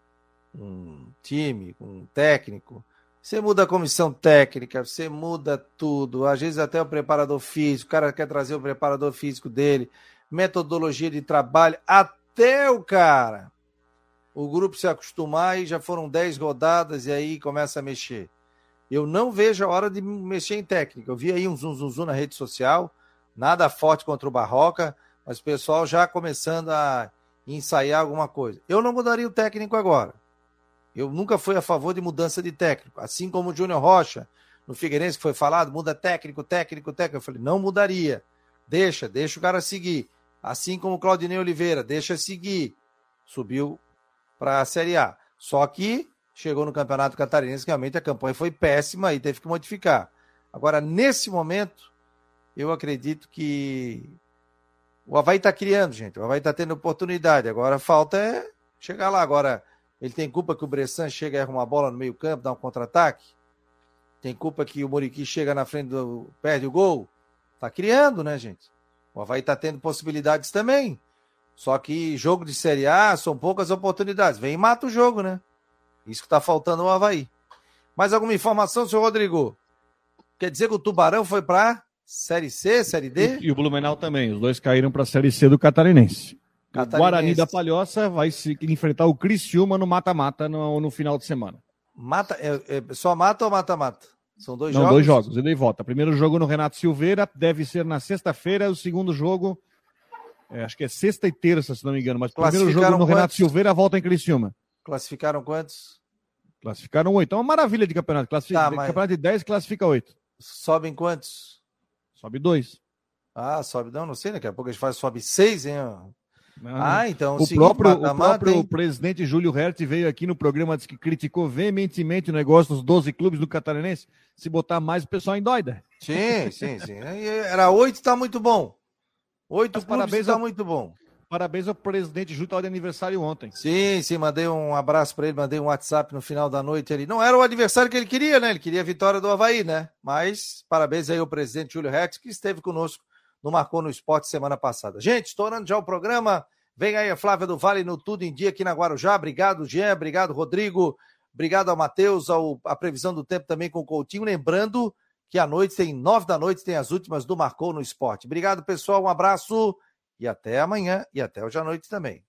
um time, um técnico, você muda a comissão técnica, você muda tudo, às vezes até o preparador físico, o cara quer trazer o preparador físico dele, metodologia de trabalho, até o cara, o grupo se acostumar e já foram dez rodadas e aí começa a mexer. Eu não vejo a hora de mexer em técnica. Eu vi aí um zum, zum, zum na rede social, nada forte contra o Barroca, mas o pessoal já começando a ensaiar alguma coisa. Eu não mudaria o técnico agora. Eu nunca fui a favor de mudança de técnico. Assim como o Júnior Rocha, no Figueirense, que foi falado, muda técnico, técnico, técnico. Eu falei, não mudaria. Deixa, deixa o cara seguir. Assim como o Claudinei Oliveira, deixa seguir. Subiu para a Série A. Só que chegou no Campeonato Catarinense, realmente a campanha foi péssima e teve que modificar. Agora, nesse momento, eu acredito que o Avaí está criando, gente. O Avaí está tendo oportunidade. Agora, falta é chegar lá. Agora, ele tem culpa que o Bressan chega e erra uma bola no meio campo, dá um contra-ataque? Tem culpa que o Muriqui chega na frente, do perde o gol? Tá criando, né, gente? O Avaí tá tendo possibilidades também. Só que jogo de Série A são poucas oportunidades. Vem e mata o jogo, né? Isso que tá faltando ao Avaí. Mais alguma informação, senhor Rodrigo? Quer dizer que o Tubarão foi pra Série C, Série D? E, e o Blumenau também. Os dois caíram pra Série C do Catarinense. O Guarani da Palhoça vai se enfrentar o Criciúma no mata-mata no, no final de semana. Mata, é, é, só mata ou mata-mata? São dois Não, jogos? Não, dois jogos, ida e volta. Primeiro jogo no Renato Silveira, deve ser na sexta-feira. O segundo jogo, é, acho que é sexta e terça, se não me engano. Mas o primeiro jogo no quantos? Renato Silveira, volta em Criciúma. Classificaram quantos? Classificaram oito. É uma maravilha de campeonato. Classifica, tá, mas... Campeonato de dez, classifica oito. Sobem quantos? Sobe dois. Ah, sobe, não, não sei, daqui a pouco a gente faz, sobe seis, hein? Não, ah, então o, o próprio, o próprio presidente Júlio Hertz veio aqui no programa, disse que criticou veementemente o negócio dos doze clubes do Catarinense. Se botar mais, o pessoal endoida. Sim, sim, sim. Era oito, está muito bom. Oito Mas clubes está muito bom. Parabéns ao presidente Júlio, estava de aniversário ontem. Sim, sim, mandei um abraço para ele, mandei um WhatsApp no final da noite ali. Não era o aniversário que ele queria, né? Ele queria a vitória do Avaí, né? Mas parabéns aí ao presidente Júlio Hertz, que esteve conosco no Marcou no Esporte semana passada. Gente, estourando já o programa. Vem aí a Flávia do Vale no Tudo em Dia aqui na Guarujá. Obrigado, Jean. Obrigado, Rodrigo. Obrigado ao Matheus, ao, a previsão do tempo também com o Coutinho. Lembrando que à noite, tem nove da noite, tem as últimas do Marcou no Esporte. Obrigado, pessoal. Um abraço e até amanhã e até hoje à noite também.